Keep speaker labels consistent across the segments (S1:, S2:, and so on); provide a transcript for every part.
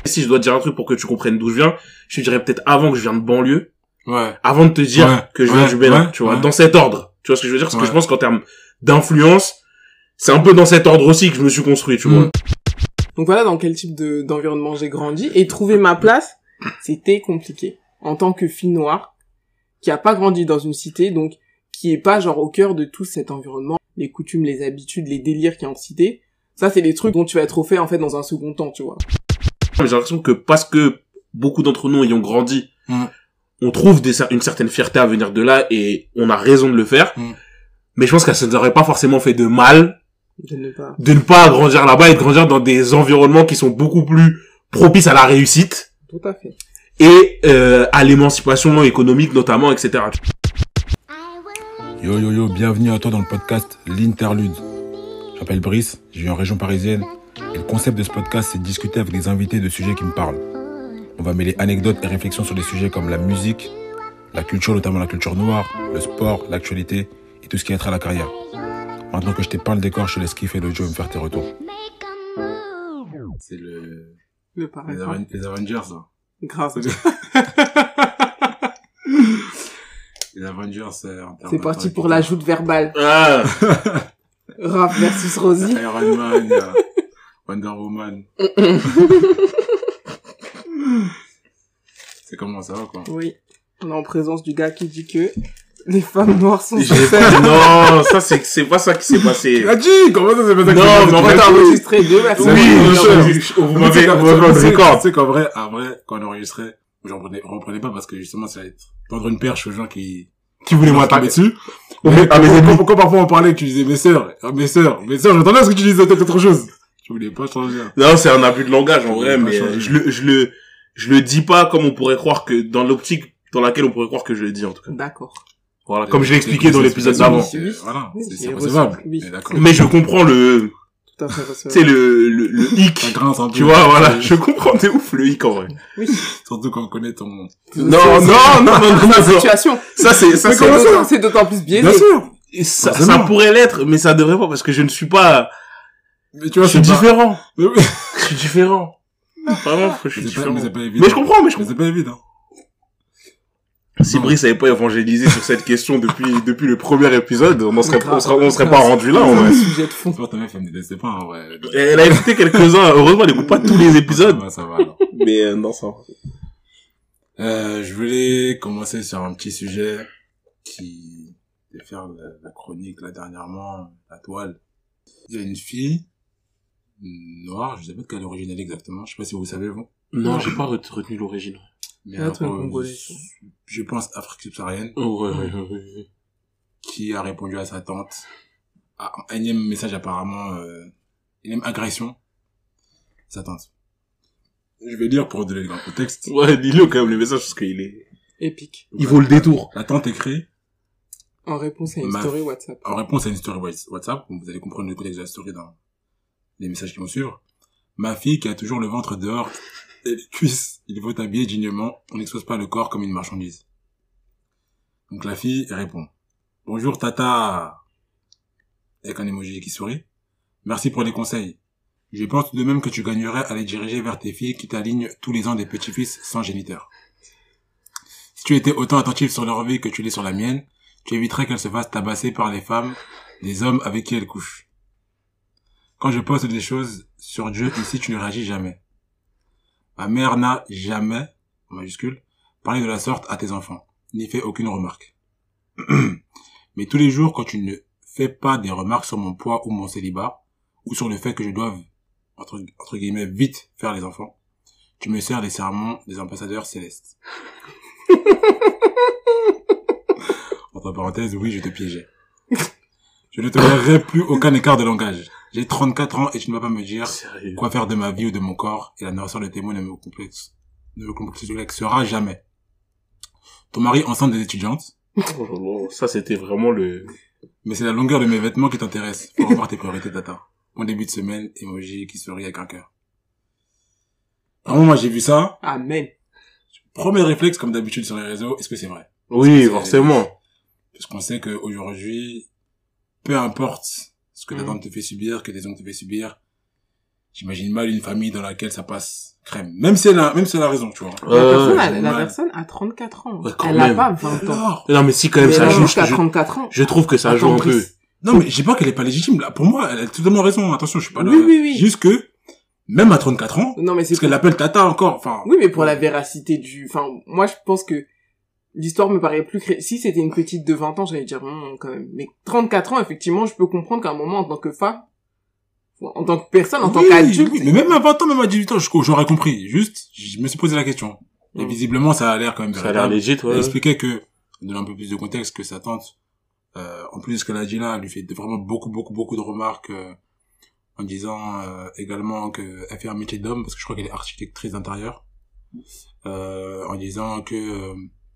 S1: Si je dois te dire un truc pour que tu comprennes d'où je viens, je te dirais peut-être avant que je viens de banlieue.
S2: Ouais.
S1: Avant de te dire que je viens du Bénin, tu vois, dans cet ordre. Tu vois ce que je veux dire? Parce que je pense qu'en termes d'influence, c'est un peu dans cet ordre aussi que je me suis construit, tu vois.
S3: Donc voilà dans quel type d'environnement j'ai grandi. Et trouver ma place, c'était compliqué. En tant que fille noire, qui a pas grandi dans une cité, donc qui est pas genre au cœur de tout cet environnement, les coutumes, les habitudes, les délires qu'il y a en cité. Ça, c'est des trucs dont tu vas être au fait, en fait, dans un second temps, tu vois.
S1: J'ai l'impression que parce que beaucoup d'entre nous ayant grandi, on trouve une certaine fierté à venir de là et on a raison de le faire. Mais je pense que ça ne nous aurait pas forcément fait de mal de ne pas grandir là-bas et de grandir dans des environnements qui sont beaucoup plus propices à la réussite.
S3: Tout à fait.
S1: Et à l'émancipation économique notamment, etc.
S2: Yo yo yo, bienvenue à toi dans le podcast L'Interlude. Je m'appelle Brice, je vis en région parisienne et le concept de ce podcast c'est de discuter avec des invités de sujets qui me parlent. On va mêler anecdotes et réflexions sur des sujets comme la musique, la culture, notamment la culture noire, le sport, l'actualité et tout ce qui a trait à la carrière. Maintenant que je t'ai peint le décor, je te laisse kiffer l'audio et me faire tes retours. C'est les Avengers, ça.
S3: Grave.
S2: Les Avengers,
S3: c'est parti pour la joute verbale.
S1: Ah.
S3: Rap versus Rosie.
S2: Iron Man, Wonder Woman. C'est comment ça va, quoi?
S3: Oui. On est en présence du gars qui dit que les femmes noires sont
S1: Non, ça c'est pas ça qui s'est passé.
S2: Tu as dit, comment ça s'est passé?
S1: Non, mais en fait,
S3: t'as enregistré deux versions.
S1: Oui, vous m'avez record.
S2: Tu sais qu'en vrai, quand on enregistrait, j'en reprenais pas parce que justement, ça va être tendre une perche aux gens qui voulaient m'attaquer dessus. Pourquoi parfois on parlait que tu disais mes sœurs, j'entendais ce que tu disais peut-être autre chose. Tu voulais pas changer.
S1: Non, c'est un abus de langage en vrai, mais je le dis pas comme on pourrait croire que dans l'optique dans laquelle on pourrait croire que je le dis en tout cas.
S3: D'accord.
S1: Voilà, comme je l'ai expliqué dans l'épisode d'avant.
S2: Voilà, c'est recevable.
S3: Oui.
S1: Mais je comprends le
S3: tout à fait recevable.
S1: C'est le hic.
S2: Ça grince un peu.
S1: Tu vois, voilà, je comprends de ouf le hic en vrai.
S3: Oui.
S2: Surtout quand on connaît ton...
S1: Non,
S3: situation.
S1: Ça
S3: c'est d'autant plus biaisé.
S2: Bien sûr.
S1: Et ça pourrait l'être, mais ça devrait pas parce que je ne suis pas...
S2: Mais tu vois,
S1: je suis différent.
S2: Je
S1: suis différent. Vraiment, je suis différent.
S2: Mais c'est pas évident.
S1: Mais je comprends.
S2: Mais c'est pas évident.
S1: Si Brice n'avait pas évangélisé sur cette question depuis le premier épisode, on serait pas rendu là, en vrai.
S3: Sujet de fond.
S2: Toi, ta meuf, elle me détestait pas, en vrai.
S1: Elle a écouté quelques-uns. Heureusement, elle écoute pas tous les épisodes.
S2: Ça va, alors.
S1: Mais, non, ça va.
S2: Je voulais commencer sur un petit sujet qui devait faire la chronique, là, dernièrement, la toile. Il y a une fille noire, je sais pas de quelle origine elle est exactement. Je sais pas si vous savez, vous.
S1: Non, j'ai pas retenu l'origine.
S2: Mais alors, je pense Afrique subsaharienne.
S1: Oh, ouais.
S2: Qui a répondu à sa tante. Un énième message apparemment, énième agression. Sa tante. Je vais lire pour donner le grand contexte.
S1: Ouais, dis-le quand même le message parce qu'il est
S3: épique.
S1: Il vaut le détour.
S2: La tante écrit.
S3: En réponse à une story WhatsApp.
S2: En réponse à une story WhatsApp. Vous allez comprendre le contexte de la story dans les messages qui vont suivre. Ma fille qui a toujours le ventre dehors et les cuisses, il faut t'habiller dignement, on n'expose pas le corps comme une marchandise. Donc la fille répond. Bonjour tata. Avec un emoji qui sourit. Merci pour les conseils. Je pense tout de même que tu gagnerais à les diriger vers tes filles qui t'alignent tous les ans des petits-fils sans géniteur. Si tu étais autant attentif sur leur vie que tu l'es sur la mienne, tu éviterais qu'elles se fassent tabasser par les femmes, des hommes avec qui elles couchent. Quand je poste des choses sur Dieu, ici tu ne réagis jamais. Ma mère n'a jamais, en majuscule, parlé de la sorte à tes enfants, ni fait aucune remarque. Mais tous les jours, quand tu ne fais pas des remarques sur mon poids ou mon célibat, ou sur le fait que je doive, entre guillemets, vite faire les enfants, tu me sers les sermons des ambassadeurs célestes. Entre parenthèses, oui, je te piégeais. Je ne tolérerai plus aucun écart de langage. J'ai 34 ans et tu ne vas pas me dire quoi faire de ma vie ou de mon corps et la noirceur de tes mots ne me complexera jamais. Ton mari enceinte des étudiantes.
S1: Oh, ça c'était vraiment le...
S2: Mais c'est la longueur de mes vêtements qui t'intéresse. Faut revoir tes priorités data. Bon début de semaine, emoji qui sourit avec un cœur. Vraiment, moi j'ai vu ça.
S3: Amen.
S2: Premier réflexe comme d'habitude sur les réseaux, est-ce que c'est vrai?
S1: Oui, forcément.
S2: Parce qu'on sait qu'aujourd'hui, peu importe ce que ta tante te fait subir, que tes oncles te fait subir, j'imagine mal une famille dans laquelle ça passe crème. Même si elle a raison, tu vois.
S3: La personne a 34 ans.
S1: Ouais, quand
S3: elle a
S1: même.
S3: pas 20 ans.
S2: Alors,
S1: Non, mais si, quand même,
S3: Mais
S1: ça
S3: elle a
S1: joue.
S3: jusqu'à 34 ans.
S1: Je trouve que ça joue un peu.
S2: non, mais j'ai pas qu'elle est pas légitime. Là, pour moi, elle a totalement raison. Attention, je suis pas là.
S3: Oui.
S2: Juste que, même à 34 ans,
S3: Non, mais c'est
S2: parce qu'elle l'appelle Tata encore, enfin.
S3: Oui, mais pour la véracité enfin, moi, je pense que l'histoire me paraît plus si c'était une petite de 20 ans, j'allais dire, quand même. Mais 34 ans, effectivement, je peux comprendre qu'à un moment, en tant que femme, en tant que personne, en tant qu'adulte.
S2: Oui, mais même à 20 ans, même à 18 ans, j'aurais compris. Juste, je me suis posé la question. Et visiblement, ça a l'air quand même
S1: Ça a l'air légit, ouais.
S2: Elle expliquait que, donner un peu plus de contexte, que sa tante, en plus de ce qu'elle a dit là, elle lui fait vraiment beaucoup de remarques, en disant, également qu'elle fait un métier d'homme, parce que je crois qu'elle est architectrice d'intérieur, en disant que,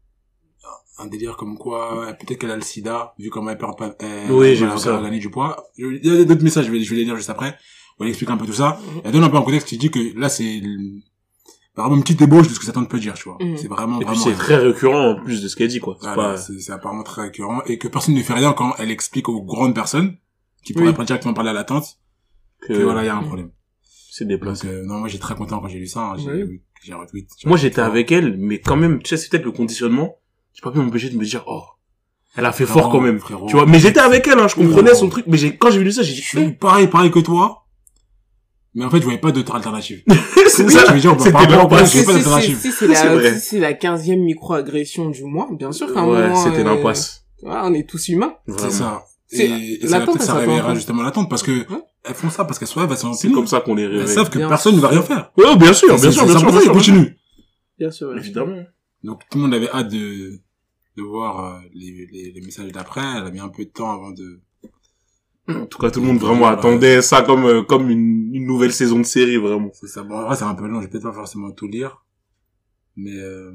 S2: un délire comme quoi, peut-être qu'elle a le sida, vu comment elle perd pas,
S1: oui, j'ai vu ça.
S2: Gagner du poids. Il y a d'autres messages, je vais les lire juste après. On va expliquer un peu tout ça. Elle donne un peu un contexte qui dit que là, c'est vraiment une petite ébauche de ce que sa tante peut dire, tu vois. C'est vraiment,
S1: et puis c'est très récurrent, en plus de ce qu'elle dit, quoi.
S2: Voilà, c'est apparemment très récurrent. Et que personne ne fait rien quand elle explique aux grandes personnes, qui pourraient pas directement parler à la tante, que voilà, il y a un problème.
S1: C'est déplacé.
S2: Donc, non, moi, j'ai très content quand j'ai lu ça, hein. J'ai retweet.
S1: Moi, j'étais avec elle, mais quand même, tu sais, c'est peut-être le conditionnement. J'ai pas pu m'empêcher de me dire, oh, elle a fait fort quand même, frérot. Tu vois, mais j'étais avec elle, hein, je comprenais son truc, mais quand j'ai vu ça, j'ai dit,
S2: je suis pareil que toi. Mais en fait, je voyais pas d'autre alternative.
S1: C'est ça,
S2: je veux dire,
S1: c'était l'impasse.
S3: Si c'est la 15e micro-agression du mois, bien sûr qu'à un moment,
S1: c'était l'impasse.
S3: On est tous humains.
S2: C'est ça. Et ça réveillera justement l'attente, parce que, elles font ça parce qu'elles savent, elles sont
S1: c'est comme ça qu'on les réveille.
S2: Elles savent que personne ne va rien faire.
S1: Ouais, bien sûr, bien sûr.
S2: Ils continuent.
S3: Bien sûr,
S1: évidemment.
S2: Donc, tout le monde avait hâte de voir les messages d'après. Elle a mis un peu de temps avant de...
S1: En tout cas, tout le monde vraiment attendait ça comme une nouvelle saison de série, vraiment.
S2: C'est ça. Bon, en vrai, c'est un peu long. Je vais peut-être pas forcément tout lire. Mais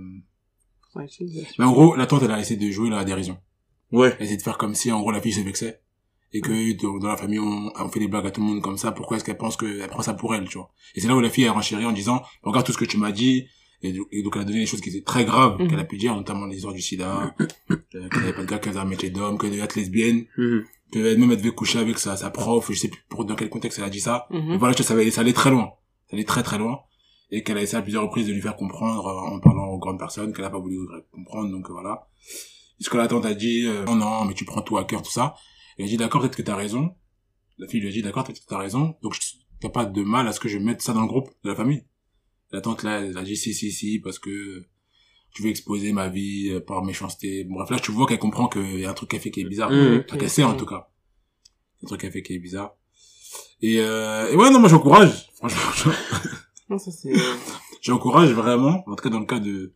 S2: en gros, la tante, elle a essayé de jouer la dérision.
S1: Ouais.
S2: Elle a essayé de faire comme si, en gros, la fille se vexait. Et que dans la famille, on fait des blagues à tout le monde comme ça. Pourquoi est-ce qu'elle pense qu'elle prend ça pour elle, tu vois? Et c'est là où la fille a renchéri en disant, regarde tout ce que tu m'as dit. Et donc, elle a donné des choses qui étaient très graves qu'elle a pu dire, notamment l'histoire du sida, qu'elle n'avait pas de gars, qu'elle avait un métier d'homme, qu'elle devait être lesbienne, que même elle devait coucher avec sa prof, je sais plus dans quel contexte elle a dit ça. Et voilà, ça allait très loin. Ça allait très très loin. Et qu'elle a essayé à plusieurs reprises de lui faire comprendre en parlant aux grandes personnes, qu'elle a pas voulu comprendre, donc voilà. Et ce que la tante a dit, non, mais tu prends tout à cœur, tout ça. Elle a dit, d'accord, peut-être que t'as raison. La fille lui a dit, d'accord, peut-être que t'as raison. Donc, t'as pas de mal à ce que je mette ça dans le groupe de la famille. La tante, là, elle a dit si, parce que tu veux exposer ma vie par méchanceté. Bref, là, tu vois qu'elle comprend qu'il y a un truc qu'elle fait qui est bizarre. Qu'elle sait, en tout cas. Un truc qu'elle fait qui est bizarre. Et ouais, non, moi, j'encourage. Franchement,
S3: non, ça c'est...
S2: j'encourage vraiment, en tout cas dans le cas de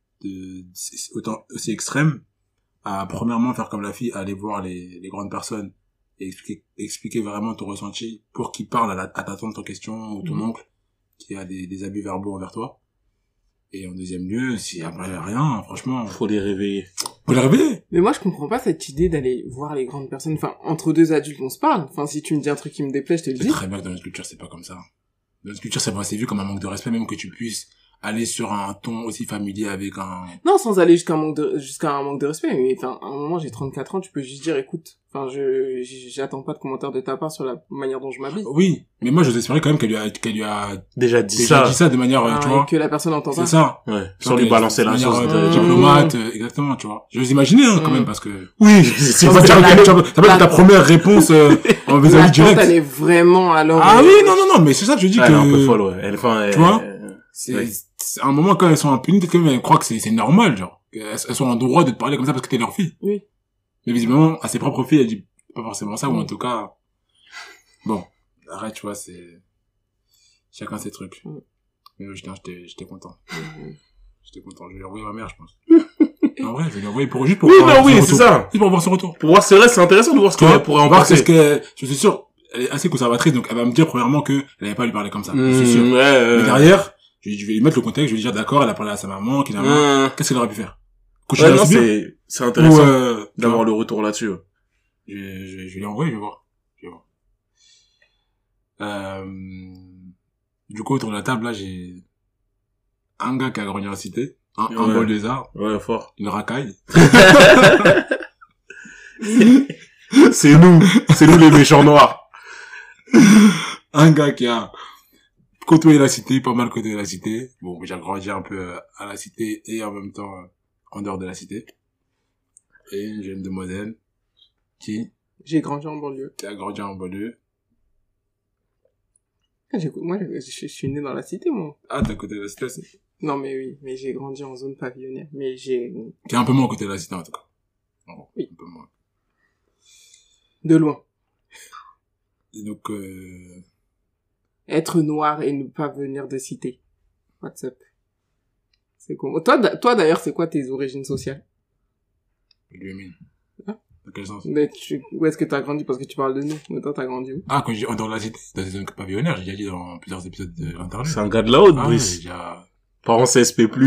S2: autant aussi extrême, à premièrement faire comme la fille, aller voir les grandes personnes et expliquer vraiment ton ressenti pour qu'ils parlent à ta tante en question ou ton oncle qui a des abus verbaux envers toi. Et en deuxième lieu, s'il y a rien, franchement...
S1: Faut les réveiller.
S3: Mais moi, je comprends pas cette idée d'aller voir les grandes personnes. Enfin, entre deux adultes, on se parle. Enfin, si tu me dis un truc qui me déplaît, je te le dis.
S2: C'est très bien que dans notre culture, c'est pas comme ça. Dans notre culture, c'est vu comme un manque de respect, même que tu puisses aller sur un ton aussi familier avec un...
S3: Non, sans aller jusqu'à un manque de respect. Mais enfin, à un moment, j'ai 34 ans, tu peux juste dire, écoute, enfin, j'attends pas de commentaires de ta part sur la manière dont je m'habille.
S2: Oui, mais moi, j'ose espérer quand même qu'elle lui a
S1: déjà dit ça
S2: de manière, tu vois.
S3: Que la personne entend ça.
S2: C'est ça.
S1: Ouais. Sans lui balancer la chose
S2: diplomate, exactement, tu vois. J'ose imaginer, quand même, parce que...
S1: Oui,
S2: c'est pas ta première réponse, en vis-à-vis direct.
S3: Elle est vraiment, alors...
S2: Ah oui, non, mais c'est ça que je dis que...
S1: Elle est un peu folle, ouais.
S2: Tu vois? C'est un moment quand elles sont impunies, peut-être qu'elles croient que c'est normal, genre. Elles sont en droit de te parler comme ça parce que t'es leur fille.
S3: Oui.
S2: Mais visiblement, à ses propres filles, elle dit pas forcément ça, ou en tout cas, bon, arrête, tu vois, c'est, chacun ses trucs. Mais j'étais content. J'étais content, je vais lui envoyer ma mère, je pense. En vrai, je vais lui envoyer juste pour voir
S1: c'est ça.
S2: Juste pour voir son retour.
S1: Pour voir, c'est vrai, c'est intéressant de voir ce qu'elle pourrait en penser.
S2: Parce que, je suis sûr, elle est assez conservatrice, donc elle va me dire premièrement que elle n'avait pas à lui parler comme ça. Je suis sûr. Mais derrière, je vais lui mettre le contexte, je vais lui dire d'accord, elle a parlé à sa maman, qu'est-ce qu'elle aurait pu faire?
S1: Non, c'est intéressant d'avoir le retour là-dessus.
S2: Je vais lui envoyer, je vais voir. Du coup, autour de la table, là, j'ai un gars qui a grandi en cité, un bol des arts.
S1: Ouais, fort.
S2: Une racaille.
S1: C'est nous les méchants noirs.
S2: Un gars qui a côtoyé la cité, pas mal côtoyé la cité. Bon, j'ai grandi un peu à la cité et en même temps en dehors de la cité. Et une jeune demoiselle qui
S3: J'ai grandi en banlieue.
S2: a grandi en banlieue.
S3: Moi, je suis né dans la cité, moi.
S2: Ah, t'es à côté de la cité aussi.
S3: Non, mais oui, mais j'ai grandi en zone pavillonnaire. Mais j'ai...
S2: T'es un peu moins à côté de la cité, en tout cas. Bon,
S3: Oui.
S2: un peu moins.
S3: De loin.
S2: Et donc,
S3: Être noir et ne pas venir de cité. What's up? C'est comment? Toi, d'ailleurs, c'est quoi tes origines sociales?
S2: lui mine.
S3: Hein?
S2: Dans quel sens?
S3: Mais où est-ce que t'as grandi? Parce que tu parles de nous. Mais toi, t'as grandi où?
S2: Ah, quand j'ai en dehors de la cité, dans des zones pavillonnaires, j'ai déjà dit dans plusieurs épisodes de l'internet.
S1: C'est un gars de la haute,
S2: Ah,
S1: Brice.
S2: j'ai déjà...
S1: Parents CSP+, tout.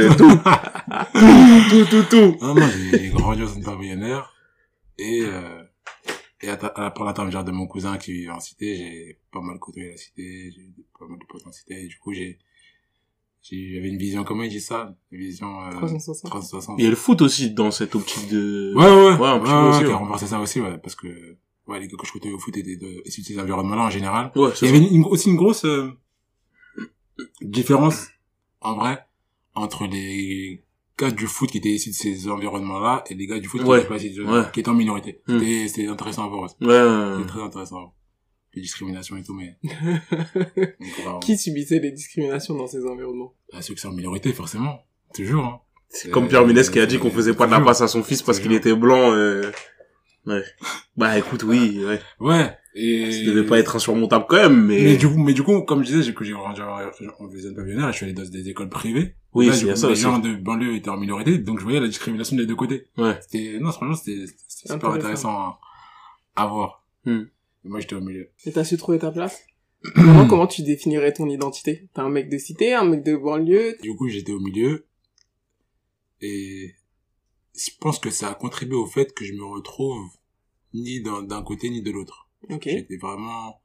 S1: tout.
S2: Non, j'ai grandi dans une pavillonnaire. Et par l'intermédiaire de mon cousin qui vit en cité, j'ai pas mal côtoyé la cité, j'ai pas mal de potes en cité, et du coup, j'avais une vision, comment il dit ça? Une vision,
S3: 360.
S2: 360.
S1: Il y a le foot aussi dans cette optique de...
S2: Ouais,
S1: un petit peu aussi,
S2: qui a
S1: ouais.
S2: renversé ça aussi, ouais, parce que, ouais, les gars que je côtoyais au foot étaient issus de ces environnements-là en général.
S1: Ouais,
S2: Il
S1: c'est
S2: y
S1: ça.
S2: avait aussi une grosse différence, en vrai, entre les gars du foot qui étaient issus de ces environnements-là et les gars du foot
S1: Ouais.
S2: qui étaient pas issus de,
S1: Ouais.
S2: qui étaient en minorité.
S1: Hmm.
S2: C'était intéressant à voir aussi.
S1: Ouais.
S2: C'était très intéressant à voir. Les discriminations et tout, mais... Donc, voilà,
S3: Qui subissait les discriminations dans ces environnements?
S2: bah, ceux qui sont en minorité, forcément. Toujours, hein.
S1: C'est comme Pierre Ménès qui a dit qu'on faisait pas de la
S2: toujours.
S1: passe à son fils parce qu'il était blanc. Ouais. Bah écoute, oui, ouais.
S2: Ouais. Et...
S1: Ça devait pas être insurmontable quand même, mais
S2: Mais du coup, comme je disais, j'ai grandi en zone pavillonnaire, je suis allé dans des écoles privées.
S1: oui,
S2: Là,
S1: il y a ça
S2: les
S1: aussi.
S2: gens de banlieue étaient en minorité, donc je voyais la discrimination des deux côtés.
S1: Ouais.
S2: Franchement, c'était super intéressant à voir.
S1: Hmm.
S2: Et moi, j'étais au milieu.
S3: Et t'as su trouver ta place? Comment tu définirais ton identité? T'es un mec de cité, un mec de banlieue?
S2: Du coup, j'étais au milieu. Et je pense que ça a contribué au fait que je me retrouve ni d'un côté ni de l'autre.
S3: Ok.
S2: J'étais vraiment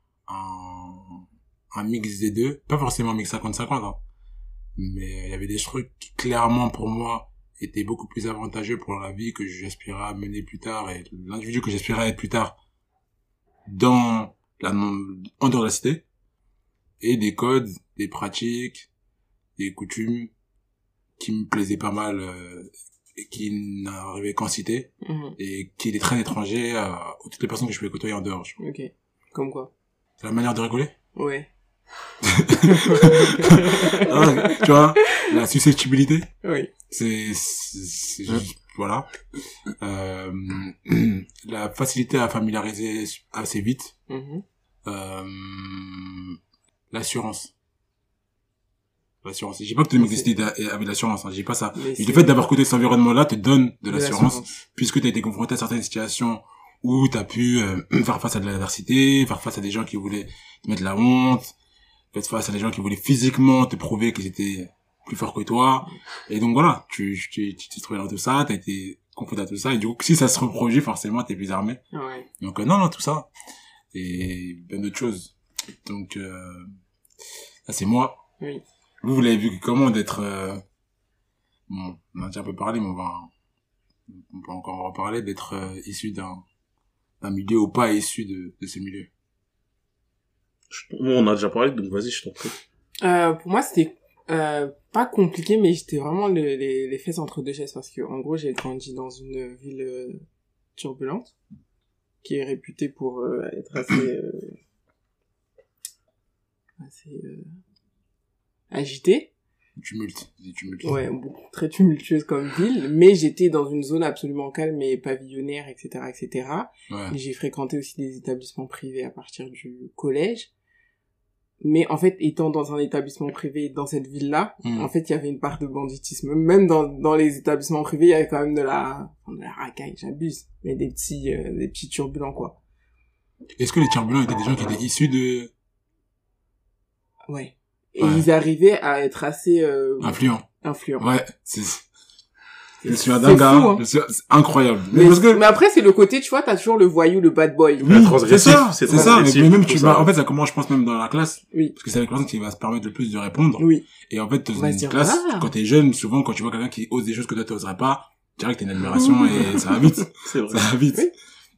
S2: un mix des deux. Pas forcément un mix 50-50, hein. Mais il y avait des trucs qui, clairement, pour moi, étaient beaucoup plus avantageux pour la vie que j'aspirais à mener plus tard et l'individu que j'aspirais à être plus tard en dehors de la cité. Et des codes, des pratiques, des coutumes qui me plaisaient pas mal, et qui n'arrivaient qu'en cité.
S3: Mhm.
S2: Et qui étaient très étrangers à toutes les personnes que je pouvais côtoyer en dehors.
S3: Ok. Comme quoi?
S2: C'est la manière de rigoler.
S3: Ouais.
S2: Ah, tu vois, la susceptibilité,
S3: Oui.
S2: c'est juste, voilà. La facilité à familiariser assez vite.
S3: Mhm.
S2: L'assurance. J'ai pas que toutes les mecs avec l'assurance, hein, j'ai pas ça.
S3: Mais
S2: Mais
S3: c'est-
S2: le fait d'avoir côté cet environnement-là te donne de
S3: de
S2: l'assurance, puisque t'as été confronté à certaines situations où t'as pu faire face à de l'adversité, faire face à des gens qui voulaient te mettre la honte, faire face à des gens qui voulaient physiquement te prouver qu'ils étaient plus forts que toi. Et donc voilà, tu t'es trouvé dans tout ça, t'as été confronté à tout ça, et du coup, si ça se reproduit, forcément, t'es plus armé.
S3: Ouais.
S2: Donc non, tout ça. Et bien d'autres choses. Donc, ça c'est moi.
S3: Oui.
S2: Vous l'avez vu comment d'être... Bon, on a déjà un peu parlé, mais on peut encore en reparler, d'être issu d'un milieu ou pas issu de ce milieu.
S1: Bon, on a déjà parlé, donc vas-y, je t'en prie.
S3: Pour moi, c'était pas compliqué, mais j'étais vraiment les fesses entre deux chaises parce que en gros, j'ai grandi dans une ville turbulente qui est réputée pour être assez agitée.
S2: Des tumultes.
S3: Ouais, très tumultueuse comme ville, mais j'étais dans une zone absolument calme et pavillonnaire, etc., etc.
S2: Ouais.
S3: Et j'ai fréquenté aussi des établissements privés à partir du collège. Mais en fait, étant dans un établissement privé dans cette ville-là, en fait, il y avait une part de banditisme. Même dans les établissements privés, il y avait quand même de la racaille, j'abuse, mais des petits turbulents, quoi.
S2: Est-ce que les turbulents étaient des gens qui étaient issus de...
S3: Ouais. Et
S2: Ouais.
S3: ils arrivaient à être assez
S2: influents?
S3: influents.
S2: Ouais, je suis un
S3: C'est
S2: dingue,
S3: fou,
S2: hein.
S3: hein.
S2: C'est incroyable.
S3: Mais après, c'est le côté, tu vois, t'as toujours le voyou, le bad boy.
S1: La transgressif,
S2: c'est ça.
S1: transgressif,
S2: Mais même
S1: tout ça.
S2: en fait, ça commence, je pense, même dans la classe.
S3: Oui.
S2: Parce que c'est avec la personne qui va se permettre le plus de répondre.
S3: Oui.
S2: Et en fait, dans
S3: On va se
S2: une
S3: dire,
S2: classe,
S3: ah.
S2: quand t'es jeune, souvent, quand tu vois quelqu'un qui ose des choses que toi t'oserais pas, tu dirais que t'es une admiration et ça va vite.
S1: C'est vrai.
S2: Ça va vite.
S3: Oui.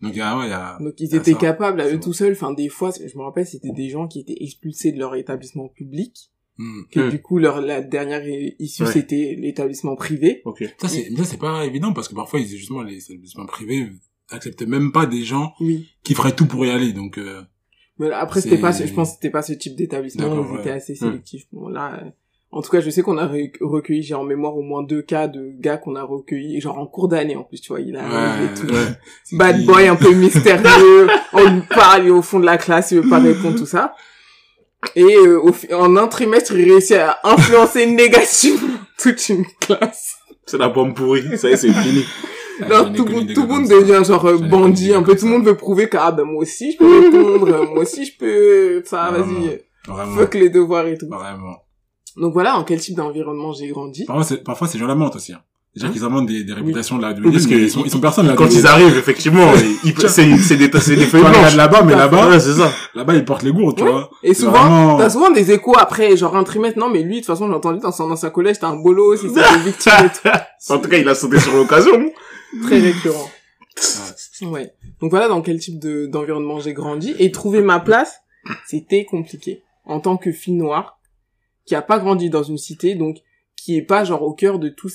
S2: Donc, ouais, il y a...
S3: Donc, ils étaient capables à eux tout seuls. Enfin, des fois, je me rappelle, c'était des gens qui étaient expulsés de leur établissement public. Que du coup, la dernière issue, c'était l'établissement privé.
S1: Ok.
S2: Ça, c'est pas évident parce que parfois, justement, les établissements privés acceptent même pas des gens qui feraient tout pour y aller. Donc,
S3: mais après, je pense que c'était pas ce type d'établissement. Ils étaient assez sélectifs. Bon, là, en tout cas, je sais qu'on a recueilli, j'ai en mémoire au moins 2 cas de gars qu'on a recueillis, genre en cours d'année en plus, tu vois, il a arrivé tout. Bad boy, un peu mystérieux, on lui parle, il est au fond de la classe, il veut pas répondre, tout ça. Et en un trimestre, il réussit à influencer négativement toute une classe.
S1: C'est la bombe pourrie, ça y est, c'est fini.
S3: Alors, tout le monde devient genre bandit, un peu, tout le monde veut prouver que, ben moi aussi je peux répondre, moi aussi je peux, ça, vas-y, fuck les devoirs et tout.
S2: Vraiment.
S3: Donc voilà, dans quel type d'environnement j'ai grandi.
S2: Parfois, ces gens-là mentent aussi, hein. C'est-à-dire qu'ils inventent des réputations de la parce qu'ils sont personne là.
S1: Quand ils arrivent, effectivement, c'est des feuilles blanches.
S2: Là-bas, mais là-bas.
S1: Ouais, c'est ça.
S2: Là-bas, ils portent les gourdes, tu vois.
S3: Et souvent, t'as souvent des échos après, genre un trimestre, non, mais lui, de toute façon, j'ai entendu dans son ancien collège, t'as un bolos, il s'était victime et tout.
S1: En tout cas, il a sauté sur l'occasion.
S3: Très récurrent. Ouais. Donc voilà dans quel type d'environnement j'ai grandi. Et trouver ma place, c'était compliqué. En tant que fille noire, qui a pas grandi dans une cité, donc, qui est pas genre au cœur de tous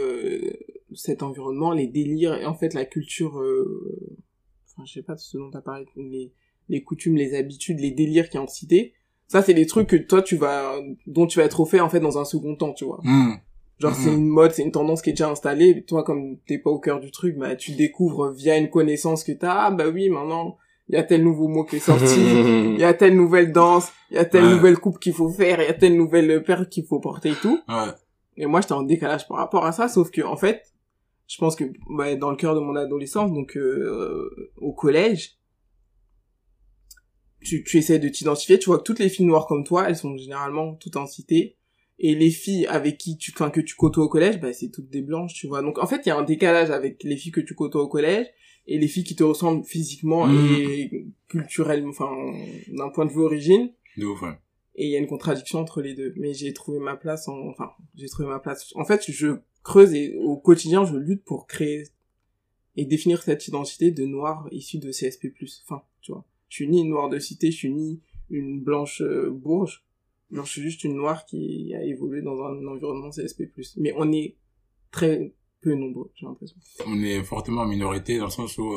S3: cet environnement, les délires, et en fait la culture, enfin je sais pas ce dont t'as parlé, les coutumes, les habitudes, les délires qu'il y a en cité, ça c'est des trucs que toi dont tu vas être au fait en fait dans un second temps, tu vois. Genre c'est une mode, c'est une tendance qui est déjà installée, et toi comme t'es pas au cœur du truc, bah tu découvres via une connaissance que t'as, bah oui maintenant il y a tel nouveau mot qui est sorti, il y a telle nouvelle danse, il y a telle nouvelle coupe qu'il faut faire, il y a telle nouvelle paire qu'il faut porter et tout. Et moi, j'étais en décalage par rapport à ça, sauf que, en fait, je pense que, dans le cœur de mon adolescence, donc, au collège, tu essaies de t'identifier, tu vois que toutes les filles noires comme toi, elles sont généralement toutes en cité, et les filles avec qui que tu côtoies au collège, c'est toutes des blanches, tu vois. Donc, en fait, il y a un décalage avec les filles que tu côtoies au collège, et les filles qui te ressemblent physiquement et culturellement, enfin, d'un point de vue origine.
S2: De ouf, ouais.
S3: Et il y a une contradiction entre les deux. Mais j'ai trouvé ma place En fait, je creuse et au quotidien, je lutte pour créer et définir cette identité de noir issue de CSP+. Enfin, tu vois. Je suis ni une noire de cité, je suis ni une blanche bourge. Non, je suis juste une noire qui a évolué dans un environnement CSP+. Mais on est très peu nombreux, j'ai l'impression.
S2: On est fortement en minorité dans le sens où,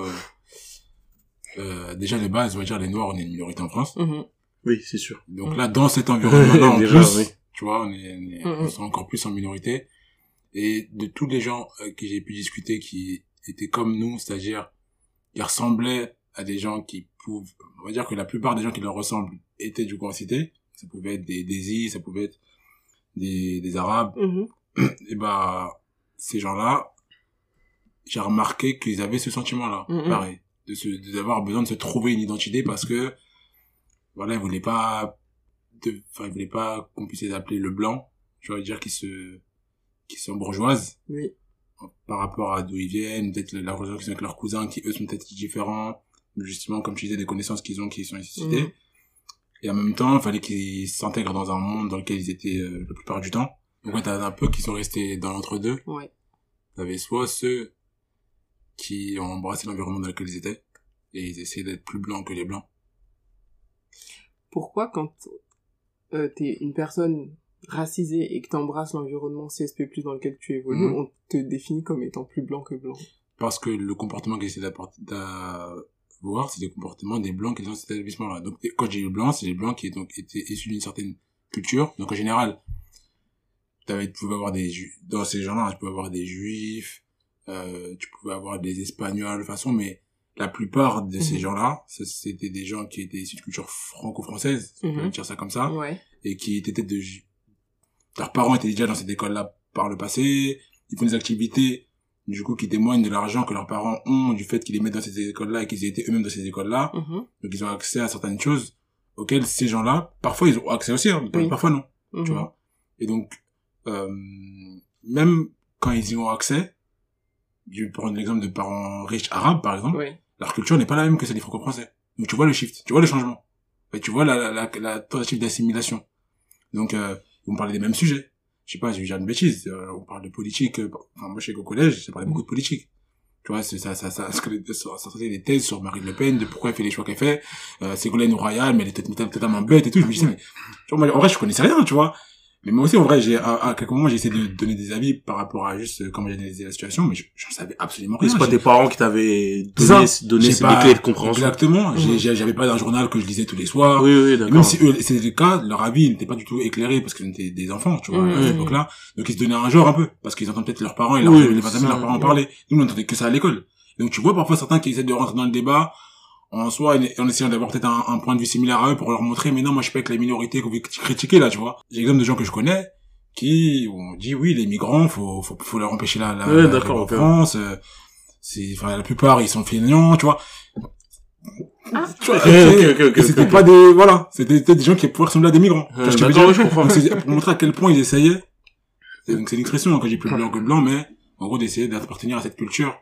S2: déjà de base, on va dire les noirs, on est une minorité en France.
S1: Oui, c'est sûr.
S2: Donc là, dans cet environnement-là, en plus, tu vois, on est encore plus en minorité. Et de tous les gens que j'ai pu discuter qui étaient comme nous, c'est-à-dire qui ressemblaient à des gens qui on va dire que la plupart des gens qui leur ressemblent étaient du coup en cité. Ça pouvait être des Desi, ça pouvait être des Arabes. Et ces gens-là, j'ai remarqué qu'ils avaient ce sentiment-là, pareil, d'avoir besoin de se trouver une identité parce que voilà, ils voulaient pas qu'on puisse les appeler le blanc, je veux dire qui sont bourgeoises.
S3: Oui.
S2: Par rapport à d'où ils viennent, peut-être la relation qu'ils ont avec leurs cousins qui eux sont peut-être différents, justement comme tu disais des connaissances qui sont nécessitées. Et en même temps, il fallait qu'ils s'intègrent dans un monde dans lequel ils étaient la plupart du temps. Donc ouais, t'as un peu qui sont restés dans l'entre-deux.
S3: Ouais.
S2: T'avais soit ceux qui ont embrassé l'environnement dans lequel ils étaient et ils essayaient d'être plus blancs que les blancs.
S3: Pourquoi quand t'es une personne racisée et que t'embrasses l'environnement CSP+, dans lequel tu évolues, on te définit comme étant plus blanc que blanc? Parce
S2: que le comportement qu'ils essaient d'avoir, c'est des comportements des blancs qui sont dans cet établissement-là. Donc quand j'ai eu blanc, c'est les blancs qui donc étaient issus d'une certaine culture. Donc en général, tu pouvais avoir dans ces gens-là, tu pouvais avoir des juifs, tu pouvais avoir des espagnols de façon, mais la plupart de ces gens-là, c'était des gens qui étaient issus de culture franco-française, on peut dire ça comme ça, et qui étaient leurs parents étaient déjà dans cette école-là par le passé, ils font des activités, du coup, qui témoignent de l'argent que leurs parents ont, du fait qu'ils les mettent dans ces écoles-là et qu'ils aient été eux-mêmes dans ces écoles-là, donc ils ont accès à certaines choses auxquelles ces gens-là, parfois ils ont accès aussi, hein, parfois non, tu vois. Et donc, même quand ils y ont accès, je vais prendre l'exemple de parents riches arabes, par exemple, leur culture n'est pas la même que celle des franco-français. Donc tu vois le shift, tu vois le changement. Et tu vois la tentative d'assimilation. Donc, on parlait des mêmes sujets. Je sais pas, je vais dire une bêtise, on parle de politique, enfin, moi je sais qu'au collège, j'ai parlé beaucoup de politique. Tu vois, ça sortait des thèses sur Marine Le Pen, de pourquoi elle fait les choix qu'elle fait, Ségolène Royal, mais elle est totalement bête et tout. Je me disais, mais, tu vois, moi, en vrai, je connaissais rien, tu vois. Mais moi aussi, en vrai, à quelques moments, j'ai essayé de donner des avis par rapport à juste comment j'ai analysé la situation, mais j'en savais absolument rien.
S1: C'est pas tes parents qui t'avaient donné ces clés de compréhension.
S2: Exactement. J'avais pas d'un journal que je lisais tous les soirs.
S1: Oui, d'accord.
S2: Et même si eux, c'était le cas, leur avis n'était pas du tout éclairé parce qu'ils étaient des enfants, tu vois, à cette époque-là. Donc ils se donnaient un genre un peu, parce qu'ils entendent peut-être leurs parents et les amis de leurs parents parler. Nous, on n'entendait que ça à l'école. Donc tu vois parfois certains qui essaient de rentrer dans le débat, en soi, en essayant d'avoir peut-être un point de vue similaire à eux pour leur montrer, mais non, moi je suis pas avec les minorités que vous critiquez là, tu vois. J'ai l'exemple de gens que je connais, qui ont dit oui, les migrants, faut leur empêcher la en France, enfin, la plupart, ils sont feignants, tu vois. Tu vois,
S1: ok.
S2: C'était pas des, voilà, c'était des gens qui pouvaient ressembler à des migrants.
S1: Je comprends.
S2: Pour montrer à quel point ils essayaient. Donc c'est l'expression, hein, quand j'ai plus blanc que blanc, mais, en gros, d'essayer d'appartenir à cette culture.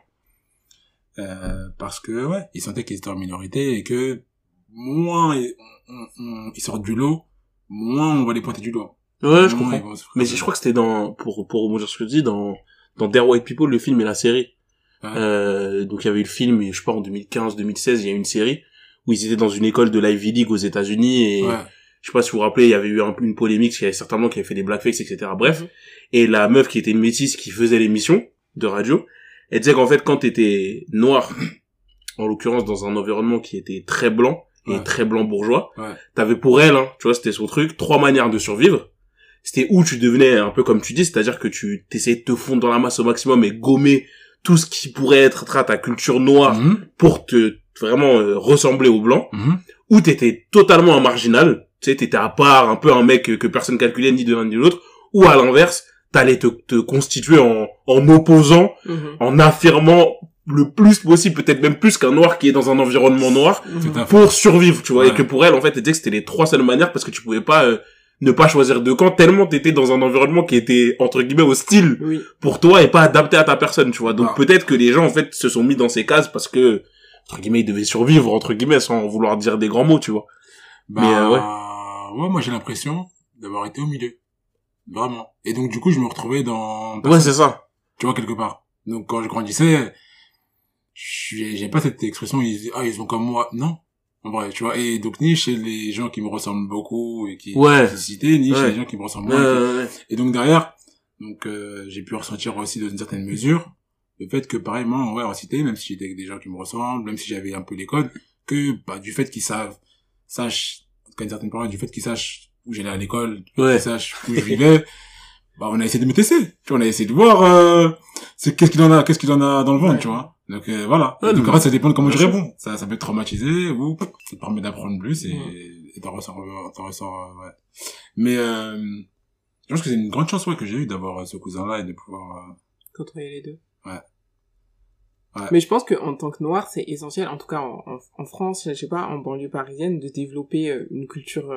S2: Parce que, ouais, ils sentaient qu'ils étaient en minorité et que, moins ils sortent du lot, moins on va les pointer du doigt.
S1: Ouais, je comprends. Mais je crois que c'était pour rebondir sur ce que tu dis, dans Dear White People, le film et la série. Ouais. Donc il y avait eu le film, je sais pas, en 2015, 2016, il y a eu une série où ils étaient dans une école de l'Ivy League aux États-Unis et je sais pas si vous vous rappelez, il y avait eu une polémique, parce qu'il y avait certainement qui avait fait des blackface, etc. Bref. Et la meuf qui était une métisse qui faisait l'émission de radio, elle disait qu'en fait, quand t'étais noir, en l'occurrence dans un environnement qui était très blanc, et très blanc bourgeois, t'avais pour elle, hein, tu vois, c'était son truc, 3 manières de survivre. C'était où tu devenais un peu comme tu dis, c'est-à-dire que tu t'essayais de te fondre dans la masse au maximum et gommer tout ce qui pourrait être ta culture noire pour te vraiment ressembler aux blancs, ou t'étais totalement un marginal, tu sais, t'étais à part, un peu un mec que personne calculait ni de l'un ni de l'autre, ou à l'inverse, t'allais te constituer en opposant, en affirmant le plus possible, peut-être même plus qu'un noir qui est dans un environnement noir, pour survivre, tu vois, et que pour elle, en fait, elle disait que c'était les 3 seules manières parce que tu pouvais pas ne pas choisir de camp tellement t'étais dans un environnement qui était, entre guillemets, hostile pour toi et pas adapté à ta personne, tu vois. Donc peut-être que les gens, en fait, se sont mis dans ces cases parce que, entre guillemets, ils devaient survivre, entre guillemets, sans vouloir dire des grands mots, tu vois.
S2: Mais ouais, moi j'ai l'impression d'avoir été au milieu. Vraiment. Et donc du coup, je me retrouvais dans...
S1: Ouais, c'est ça.
S2: Tu vois, quelque part. Donc quand je grandissais, j'ai pas cette expression, ils sont comme moi. Non. En vrai, tu vois. Et donc ni chez les gens qui me ressemblent beaucoup et qui cités, ni chez les gens qui me ressemblent moins. Et donc derrière, donc j'ai pu ressentir aussi dans une certaine mesure le fait que pareillement, en cité, même si j'étais avec des gens qui me ressemblent, même si j'avais un peu les codes, que du fait qu'ils sachent, en tout cas une certaine période, du fait qu'ils sachent où j'allais à l'école, qu'ils sachent où je vivais, on a essayé de me tester. Tu vois, on a essayé de voir qu'est-ce qu'il en a dans le ventre, tu vois. Donc voilà. Donc en fait, ça dépend de comment je réponds. Ça peut te traumatiser ou ça te permet d'apprendre plus et t'en ressors ouais. Mais je pense que c'est une grande chance que j'ai eu d'avoir ce cousin-là et de pouvoir
S3: côtoyer les deux.
S2: Ouais.
S3: Mais je pense que en tant que noir, c'est essentiel, en tout cas en France, je sais pas, en banlieue parisienne, de développer une culture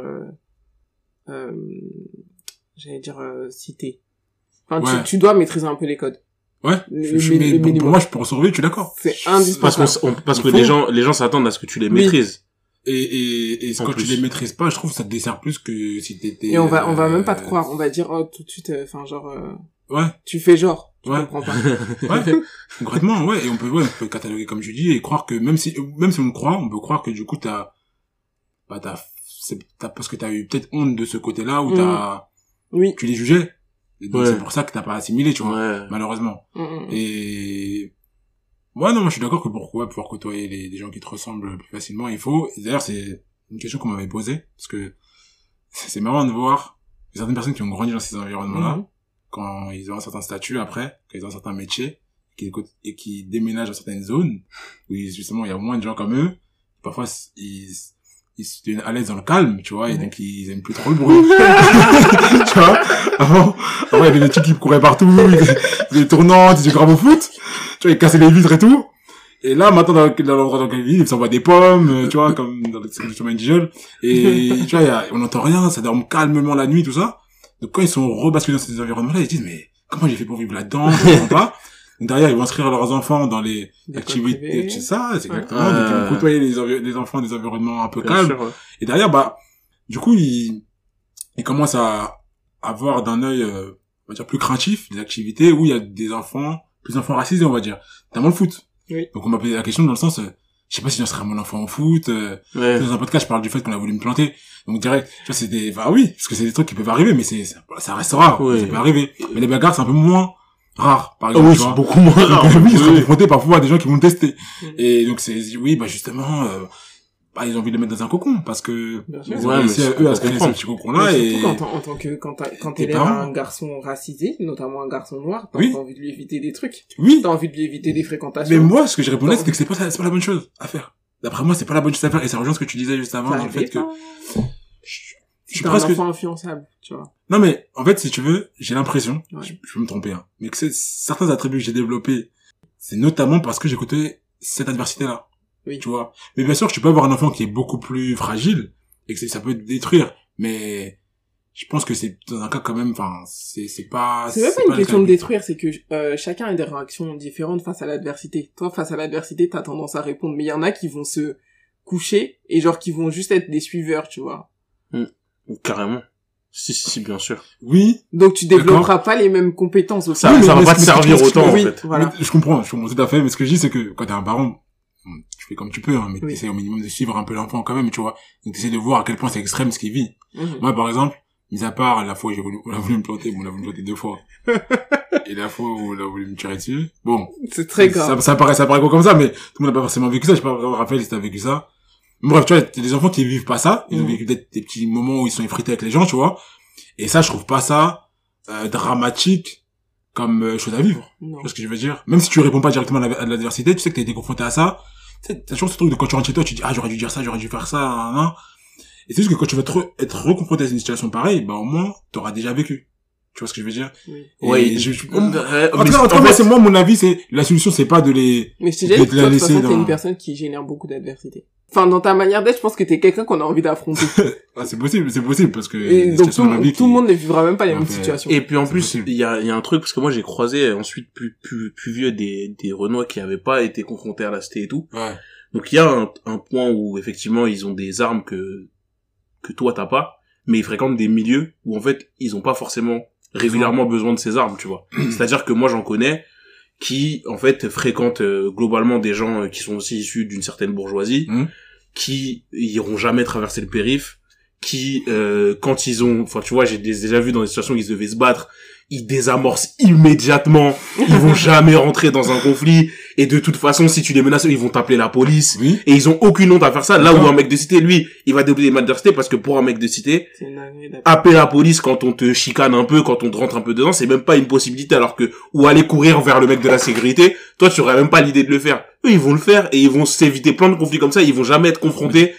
S3: j'allais dire cité. Enfin, tu dois maîtriser un peu les codes.
S2: Ouais. Mais pour moi, pour survivre, tu es d'accord.
S3: C'est indispensable.
S1: Parce que les gens s'attendent à ce que tu les maîtrises.
S2: Et quand tu les maîtrises pas, je trouve que ça te dessert plus que si t'étais...
S3: Et on va même pas te croire. On va dire, tout de suite, tu fais genre. Tu comprends pas.
S2: Ouais. Concrètement, ouais. Et on peut cataloguer comme tu dis et croire que même si on me croit, on peut croire que du coup parce que t'as eu peut-être honte de ce côté-là où tu les jugeais. Et donc c'est pour ça que t'as pas assimilé, tu vois, malheureusement. Et non, moi je suis d'accord que pour pouvoir côtoyer des gens qui te ressemblent plus facilement, il faut. Et d'ailleurs c'est une question qu'on m'avait posée parce que c'est marrant de voir certaines personnes qui ont grandi dans ces environnements-là, quand ils ont un certain statut après, quand ils ont un certain métier, et qui déménagent dans certaines zones où justement il y a moins de gens comme eux. Parfois ils sont à l'aise dans le calme, tu vois, et donc ils aiment plus trop le bruit. Tu vois, avant il y avait des types qui couraient partout, ils faisaient des tournantes, ils faisaient grave au foot, tu vois, ils cassaient les vitres et tout. Et là, maintenant, dans l'endroit dans lequel ils vivent, ils s'envoient des pommes, tu vois, comme dans le chemin d'Igel. Et, tu vois, on n'entend rien, ça dort calmement la nuit, tout ça. Donc quand ils sont rebasculés dans ces environnements-là, ils se disent, mais comment j'ai fait pour vivre là-dedans? Je comprends pas. Donc derrière, ils vont inscrire leurs enfants dans les activités, c'est ça, c'est exactement. Donc ils vont côtoyer les enfants des environnements un peu calmes. Et derrière, du coup, ils commencent à avoir d'un œil, on va dire, plus craintif des activités où il y a plus d'enfants racisés, on va dire. Notamment le foot.
S3: Oui.
S2: Donc on m'a posé la question dans le sens, je sais pas si j'en serais mon enfant en foot, dans un podcast, je parle du fait qu'on a voulu me planter. Donc direct, tu vois, c'est des, bah oui, parce que c'est des trucs qui peuvent arriver, mais ça reste rare.
S1: Oui.
S2: Ça peut arriver. Mais les bagarres, c'est un peu moins rare, par
S1: Ah
S2: exemple.
S1: oui,
S2: tu
S1: c'est
S2: vois.
S1: beaucoup moins rare.
S2: Donc, oui, ils seront
S1: Oui.
S2: confrontés parfois à des gens qui vont le tester. Et donc oui, bah justement, bah ils ont envie de le mettre dans un cocon, parce que
S3: Bien sûr.
S2: ils ont
S1: Ouais,
S2: réussi
S1: mais
S2: à
S1: je
S2: eux à se
S1: peux
S2: créer ce
S1: comprendre.
S2: petit cocon-là
S3: Mais
S2: et...
S3: surtout quand
S2: Tes
S3: t'élèves
S2: parents.
S3: un garçon racisé, notamment un garçon noir, t'as
S2: Oui.
S3: envie de lui éviter des trucs.
S2: Oui.
S3: T'as envie de lui éviter des fréquentations.
S2: Mais moi, ce que j'ai répondu,
S3: Non.
S2: c'était que c'est pas la bonne chose à faire. D'après moi, c'est pas la bonne chose à faire, et ça rejoint ce que tu disais juste avant,
S3: Ça
S2: dans le fait que,
S3: dépend.
S2: je suis
S3: T'es un
S2: presque...
S3: enfant influençable, tu vois.
S2: Non mais, en fait, si tu veux, j'ai l'impression,
S3: Ouais.
S2: je peux me tromper, hein, mais que certains attributs que j'ai développés, c'est notamment parce que j'ai côtoyé cette adversité-là.
S3: Oui.
S2: Tu vois. Mais bien sûr, tu peux avoir un enfant qui est beaucoup plus fragile, et que ça peut te détruire, mais je pense que c'est dans un cas quand même, enfin, c'est pas...
S3: C'est même pas une
S2: le
S3: question
S2: cas.
S3: de détruire, c'est que chacun a des réactions différentes face à l'adversité. Toi, face à l'adversité, t'as tendance à répondre, mais il y en a qui vont se coucher et genre qui vont juste être des suiveurs, tu vois.
S1: Carrément. Si, bien sûr.
S2: Oui,
S3: Donc tu développeras pas les mêmes compétences aussi.
S1: Ça,
S2: Oui,
S1: ça
S2: mais
S1: va pas te
S2: ce que
S1: servir
S2: tu-
S1: autant, en
S3: oui,
S1: fait.
S3: voilà.
S2: mais je comprends tout à fait, mais ce que je dis, c'est que quand t'es un parent, tu fais comme tu peux, hein, mais
S3: Oui.
S2: t'essaies au minimum de suivre un peu l'enfant quand même, tu vois. Donc t'essaies de voir à quel point c'est extrême ce qu'il vit.
S3: Mhm.
S2: Moi, par exemple, mis à part la fois où on a voulu me planter, bon, on a voulu me planter 2 fois. Et la fois où on a voulu me tirer dessus. Bon.
S3: C'est très grave.
S2: Ça paraît gros comme ça, mais tout le monde n'a pas forcément vécu ça. Je sais pas, Raphaël, si t'as vécu ça. Bref, tu vois, il y a des enfants qui vivent pas ça. Ils ont vécu peut-être des petits moments où ils sont effrités avec les gens, tu vois. Et ça, je trouve pas ça, dramatique comme chose à vivre. Tu
S3: Non.
S2: vois ce que je veux dire? Même si tu réponds pas directement à l'adversité, tu sais que t'as été confronté à ça. Tu sais, t'as toujours ce truc de quand tu rentres chez toi, tu dis, ah, j'aurais dû dire ça, j'aurais dû faire ça, hein. Et c'est juste que quand tu vas être reconfronté à une situation pareille, bah, au moins, t'auras déjà vécu. Tu vois ce que je veux dire?
S3: Oui.
S1: Ouais,
S2: Et
S1: en
S2: en tout
S1: fait,
S2: cas, moi, c'est moi, mon avis, c'est, la solution, c'est pas de les...
S3: Mais je te
S2: de
S3: dis,
S2: la
S3: toi, de toute
S2: laisser
S3: façon, t'es
S2: dans-
S3: une personne qui génère beaucoup d'adversité. Enfin, dans ta manière d'être, je pense que t'es quelqu'un qu'on a envie d'affronter.
S2: Ah, c'est possible, parce que...
S3: Et
S2: les
S3: donc,
S2: situations dans ma vie
S3: tout le
S2: qui-
S3: monde ne vivra même pas les
S2: Ouais,
S3: mêmes
S2: mais-
S3: situations.
S1: Et puis en
S2: C'est
S1: plus,
S2: possible.
S1: il y a un truc, parce que moi j'ai croisé ensuite plus vieux des Renois qui avaient pas été confrontés à la cité et tout.
S2: Ouais.
S1: Donc il y a un point où effectivement ils ont des armes que toi t'as pas, mais ils fréquentent des milieux où en fait ils ont pas forcément régulièrement besoin de ces armes, tu vois. C'est-à-dire que moi j'en connais qui en fait fréquentent globalement des gens qui sont aussi issus d'une certaine bourgeoisie, qui iront jamais traverser le périph', qui quand ils ont, enfin tu vois, j'ai déjà vu dans des situations où ils devaient se battre, ils désamorcent immédiatement, ils vont jamais rentrer dans un conflit, et de toute façon si tu les menaces ils vont t'appeler la police,
S2: Oui.
S1: et ils ont aucune honte à faire ça. Là où
S2: D'accord.
S1: un mec de cité, lui, il va développer des d'adversité parce que pour un mec de cité,
S3: C'est une dinguerie d'être-
S1: appeler la police quand on te chicane un peu, quand on te rentre un peu dedans, c'est même pas une possibilité, alors que, ou aller courir vers le mec de la sécurité, toi tu aurais même pas l'idée de le faire. Eux ils vont le faire, et ils vont s'éviter plein de conflits comme ça, ils vont jamais être confrontés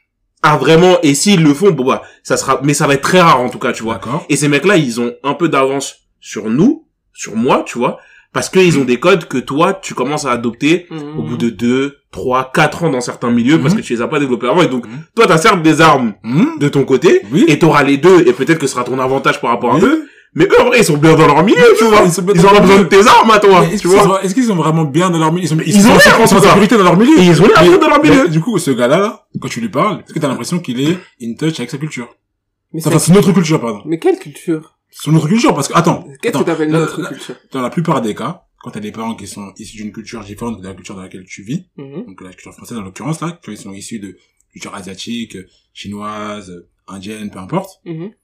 S1: à vraiment, et s'ils le font, bon bah, ça sera, mais ça va être très rare en tout cas, tu vois.
S2: D'accord.
S1: Et ces mecs-là, ils ont un peu d'avance sur nous, sur moi, tu vois, parce qu'ils ont des codes que toi, tu commences à adopter au bout de 2, 3, 4 ans dans certains milieux, parce que tu les as pas développés avant, et donc, toi, t'as certes des armes de ton côté,
S2: Oui.
S1: et t'auras les deux, et peut-être que ce sera ton avantage par rapport à
S2: Oui.
S1: eux, mais eux, en vrai, ils sont bien dans leur milieu, tu vois.
S2: Ils sont bien
S1: Ils
S2: dans
S1: ont
S2: leur
S1: pas besoin de
S2: milieu.
S1: tes armes à toi,
S2: Mais
S1: tu vois.
S2: est-ce qu'ils sont vraiment bien dans leur milieu?
S1: Ils ont l'air, en
S2: sont en
S1: tout cas.
S2: sécurité dans leur milieu.
S1: Et ils ont l'air
S2: Mais-
S1: bien dans leur milieu.
S2: mais du coup, ce gars-là, quand tu lui parles, est-ce que t'as l'impression qu'il est in touch avec sa culture?
S3: Mais,
S2: Enfin, c'est notre culture, pardon.
S3: mais quelle culture?
S2: C'est notre culture, parce que, attends.
S3: Qu'est-ce que
S2: attends,
S3: t'appelles
S2: la-
S3: notre
S2: la-
S3: culture?
S2: Dans la plupart des cas, quand t'as des parents qui sont issus d'une culture différente de la culture dans laquelle tu vis, donc la culture française en l'occurrence, là, tu vois, ils sont issus de culture asiatique, chinoise, indienne, peu importe,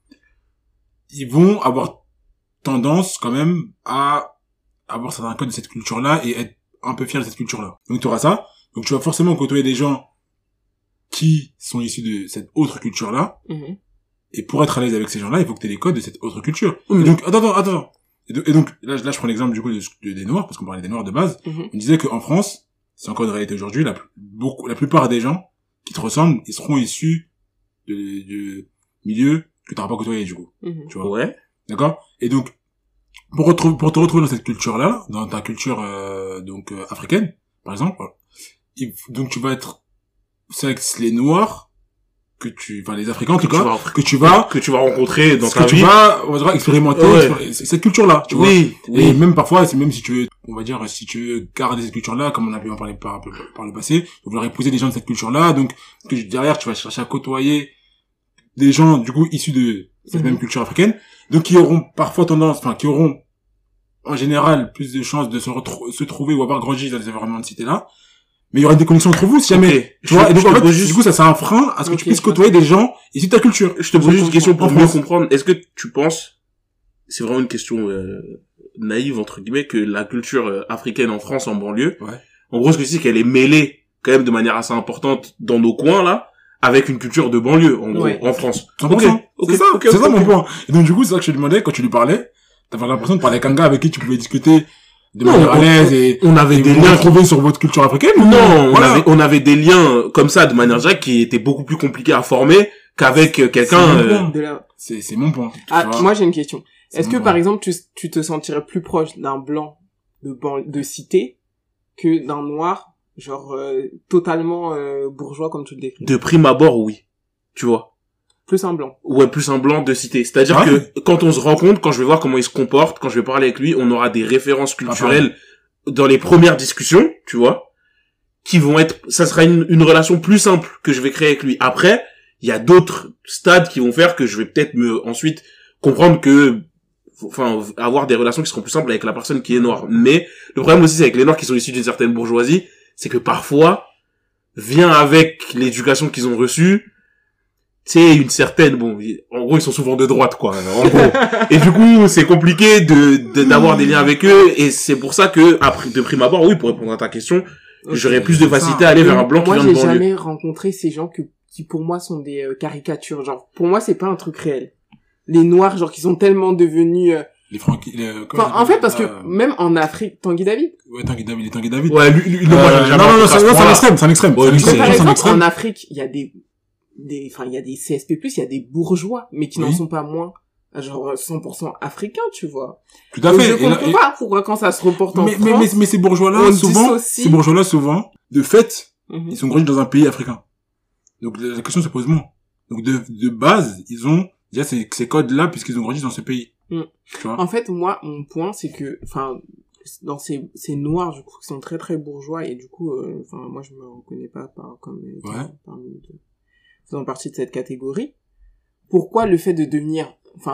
S2: ils vont avoir tendance quand même à avoir certains codes de cette culture-là et être un peu fiers de cette culture-là. Donc tu auras ça. Donc tu vas forcément côtoyer des gens qui sont issus de cette autre culture-là. Et pour être à l'aise avec ces gens-là, il faut que tu aies les codes de cette autre culture. Et donc, attends. Et donc, là, je prends l'exemple du coup des Noirs, parce qu'on parlait des Noirs de base. On disait qu'en France, c'est encore une réalité aujourd'hui, la plupart des gens qui te ressemblent, ils seront issus de milieux que tu n'auras pas côtoyé du coup. Tu vois.
S1: Ouais.
S2: D'accord? Et donc, pour te retrouver dans cette culture-là, dans ta culture, africaine, par exemple, donc tu vas être, c'est avec les Noirs, les Africains en tout cas, que tu vas
S1: rencontrer dans ta
S2: que tu
S1: vie.
S2: vas, on va dire, expérimenter
S1: Ouais.
S2: cette culture-là, tu vois.
S1: Oui.
S2: Et même parfois, c'est même si tu veux, on va dire, si tu veux garder cette culture-là, comme on a pu en parler par le passé, vouloir épouser des gens de cette culture-là, donc, que derrière, tu vas chercher à côtoyer des gens, du coup, issus de cette même culture africaine, donc qui auront parfois tendance, enfin, qui auront en général, plus de chances de se trouver ou avoir grandi dans des environnements de cité-là. Mais il y aura des connexions entre vous, si jamais.
S1: Okay.
S2: Tu vois, et donc, en fait, du coup, ça, c'est un frein à ce que tu puisses côtoyer des gens issus de ta culture.
S1: Je te pose juste une question pour mieux comprendre. Est-ce que tu penses, c'est vraiment une question, naïve, entre guillemets, que la culture africaine en France, en banlieue, en gros, ce que c'est qu'elle est mêlée, quand même, de manière assez importante dans nos coins, là, avec une culture de banlieue, en gros, en France.
S2: 100%. C'est ça mon point. Et donc, du coup, c'est ça que je te demandais, quand tu lui parlais, t'avais l'impression de parler avec un gars avec qui tu pouvais discuter de manière à l'aise et
S1: on avait des liens
S2: trouvés sur votre culture africaine.
S1: Non, voilà. on avait des liens comme ça, de manière directe, qui étaient beaucoup plus compliqués à former qu'avec quelqu'un,
S2: C'est mon point.
S3: Moi, j'ai une question. Est-ce que, par exemple, tu te sentirais plus proche d'un blanc de cité que d'un noir, genre, totalement, bourgeois, comme tu le décris?
S1: De prime abord, oui. Tu vois.
S3: Plus un blanc.
S1: Ouais, plus un blanc de cité. C'est-à-dire que quand on se rencontre, quand je vais voir comment il se comporte, quand je vais parler avec lui, on aura des références culturelles dans les premières discussions, tu vois, qui vont être, ça sera une relation plus simple que je vais créer avec lui. Après, il y a d'autres stades qui vont faire que je vais peut-être ensuite comprendre que, enfin, avoir des relations qui seront plus simples avec la personne qui est noire. Mais le problème aussi, c'est avec les noirs qui sont issus d'une certaine bourgeoisie, c'est que parfois, vient avec l'éducation qu'ils ont reçue, tu sais, une certaine, en gros, ils sont souvent de droite, quoi, en gros. Et du coup, c'est compliqué d'avoir des liens avec eux, et c'est pour ça que, après, de prime abord, oui, pour répondre à ta question, j'aurais plus de facilité à aller vers un blanc qui vient de banlieue.
S3: Moi, j'ai jamais rencontré ces gens qui pour moi sont des caricatures, genre, pour moi, c'est pas un truc réel. Les noirs, genre, qui sont tellement devenus, en fait, parce que même en Afrique, Tanguy David.
S2: Ouais, Tanguy David.
S1: Ouais, lui, moi, j'ai jamais
S2: non, c'est un extrême.
S3: Ouais, par exemple, en Afrique, il y a il y a des CSP+, il y a des bourgeois, mais qui n'en sont pas moins, genre, 100% africains, tu vois.
S2: Tout à fait.
S3: Je comprends pas pourquoi quand ça se reporte en France.
S2: Mais ces bourgeois-là, souvent, de fait, ils sont grandis dans un pays africain. Donc, la question se pose moins. Donc, de base, ils ont, déjà, ces codes-là, puisqu'ils ont grandi dans ce pays. Tu vois.
S3: En fait, moi, mon point, c'est que, enfin, dans ces noirs, du coup, qui sont très très bourgeois, et du coup, moi, je me reconnais pas comme faisant partie de cette catégorie. Pourquoi le fait de devenir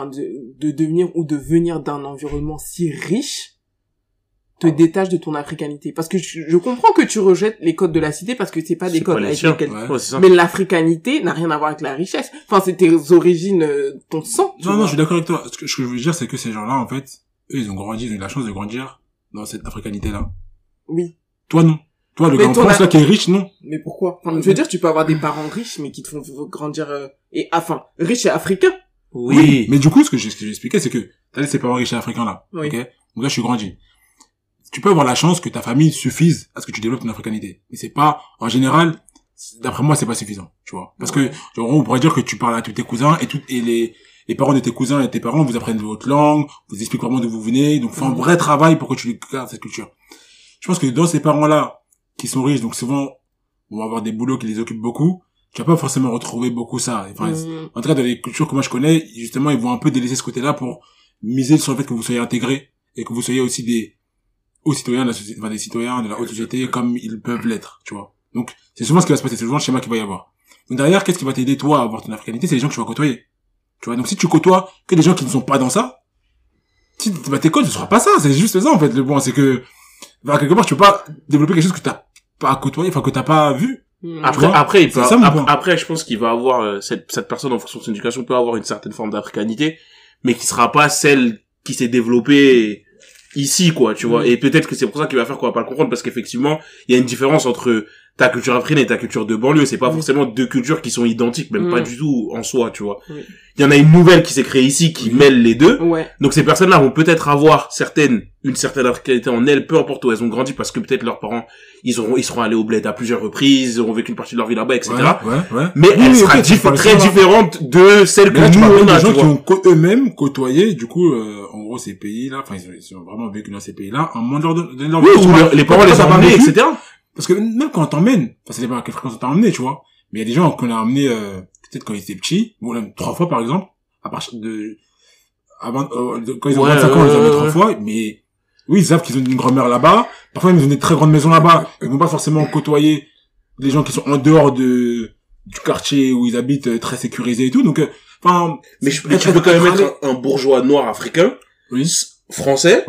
S3: ou de venir d'un environnement si riche te détache de ton africanité? Parce que je comprends que tu rejettes les codes de la cité parce que c'est pas des codes avec lesquels... mais l'africanité n'a rien à voir avec la richesse. Enfin, c'est tes origines, ton sang.
S2: Non, je suis d'accord avec toi. Ce que je veux dire, c'est que ces gens-là, en fait, eux, ils ont eu la chance de grandir dans cette africanité-là.
S3: Oui.
S2: Toi, non. Toi, le gars en France, là, qui est riche, non.
S3: Mais pourquoi? Enfin, je veux dire, tu peux avoir des parents riches, mais qui te font grandir, riches et africains.
S2: Oui. Mais du coup, ce que j'expliquais, c'est que, t'as ces parents riches et africains, là.
S3: Oui.
S2: Ok? Donc là, je suis grandi. Tu peux avoir la chance que ta famille suffise à ce que tu développes ton africanité. Mais c'est pas, en général, d'après moi, c'est pas suffisant, tu vois. Parce que, genre, on pourrait dire que tu parles à tous tes cousins et les parents de tes cousins et tes parents vous apprennent votre langue, vous expliquent vraiment d'où vous venez, donc fais un vrai travail pour que tu gardes cette culture. Je pense que dans ces parents-là, qui sont riches, donc souvent, vont avoir des boulots qui les occupent beaucoup, tu vas pas forcément retrouver beaucoup ça. Enfin, en tout cas, dans les cultures que moi je connais, justement, ils vont un peu délaisser ce côté-là pour miser sur le fait que vous soyez intégrés et que vous soyez aussi des citoyens de la société, des citoyens de la haute société comme ils peuvent l'être, tu vois. Donc, c'est souvent ce qui va se passer, c'est souvent le schéma qu'il va y avoir. Donc derrière, qu'est-ce qui va t'aider toi à avoir ton africanité? C'est les gens que tu vas côtoyer. Tu vois, donc si tu côtoies que des gens qui ne sont pas dans ça, tes codes, ce sera pas ça, c'est juste ça en fait. Le point, c'est que, quelque part, tu peux pas développer quelque chose que t'as pas côtoyé, enfin que t'as pas vu.
S1: Après, je pense qu'il va avoir cette personne en fonction de son éducation peut avoir une certaine forme d'africanité, mais qui sera pas celle qui s'est développée ici, quoi, tu vois. Et peut-être que c'est pour ça qu'il va faire qu'on va pas le comprendre, parce qu'effectivement, il y a une différence entre ta culture africaine et ta culture de banlieue. C'est pas forcément deux cultures qui sont identiques, même pas du tout en soi, tu vois. Il y en a une nouvelle qui s'est créée ici qui mêle les deux. Donc ces personnes-là vont peut-être avoir une certaine africanité en elles, peu importe où elles ont grandi, parce que peut-être leurs parents, ils seront allés au bled à plusieurs reprises, ils auront vécu une partie de leur vie là-bas, etc. Mais elle sera très différente de celle que nous, on a,
S2: des gens qui ont eux-mêmes côtoyé, du coup, en gros, ces pays-là, enfin, ils ont vraiment vécu dans ces pays-là, un moment de leur
S1: vie. Oui, les parents les ont emmenés, etc.
S2: Parce que même quand on t'emmène, enfin, ça dépend à quelle fréquence on t'a emmené, tu vois. Mais il y a des gens qu'on a emmenés, peut-être quand ils étaient petits, bon, même 3 fois, par exemple, à partir quand ils ont 25 ans, on les a emmenés 3 fois, mais, oui, ils savent qu'ils ont une grand-mère là-bas. Parfois, ils ont des très grandes maisons là-bas. Ils vont pas forcément côtoyer des gens qui sont en dehors du quartier où ils habitent, très sécurisé et tout. Donc,
S1: mais tu peux quand même être un bourgeois noir africain, français,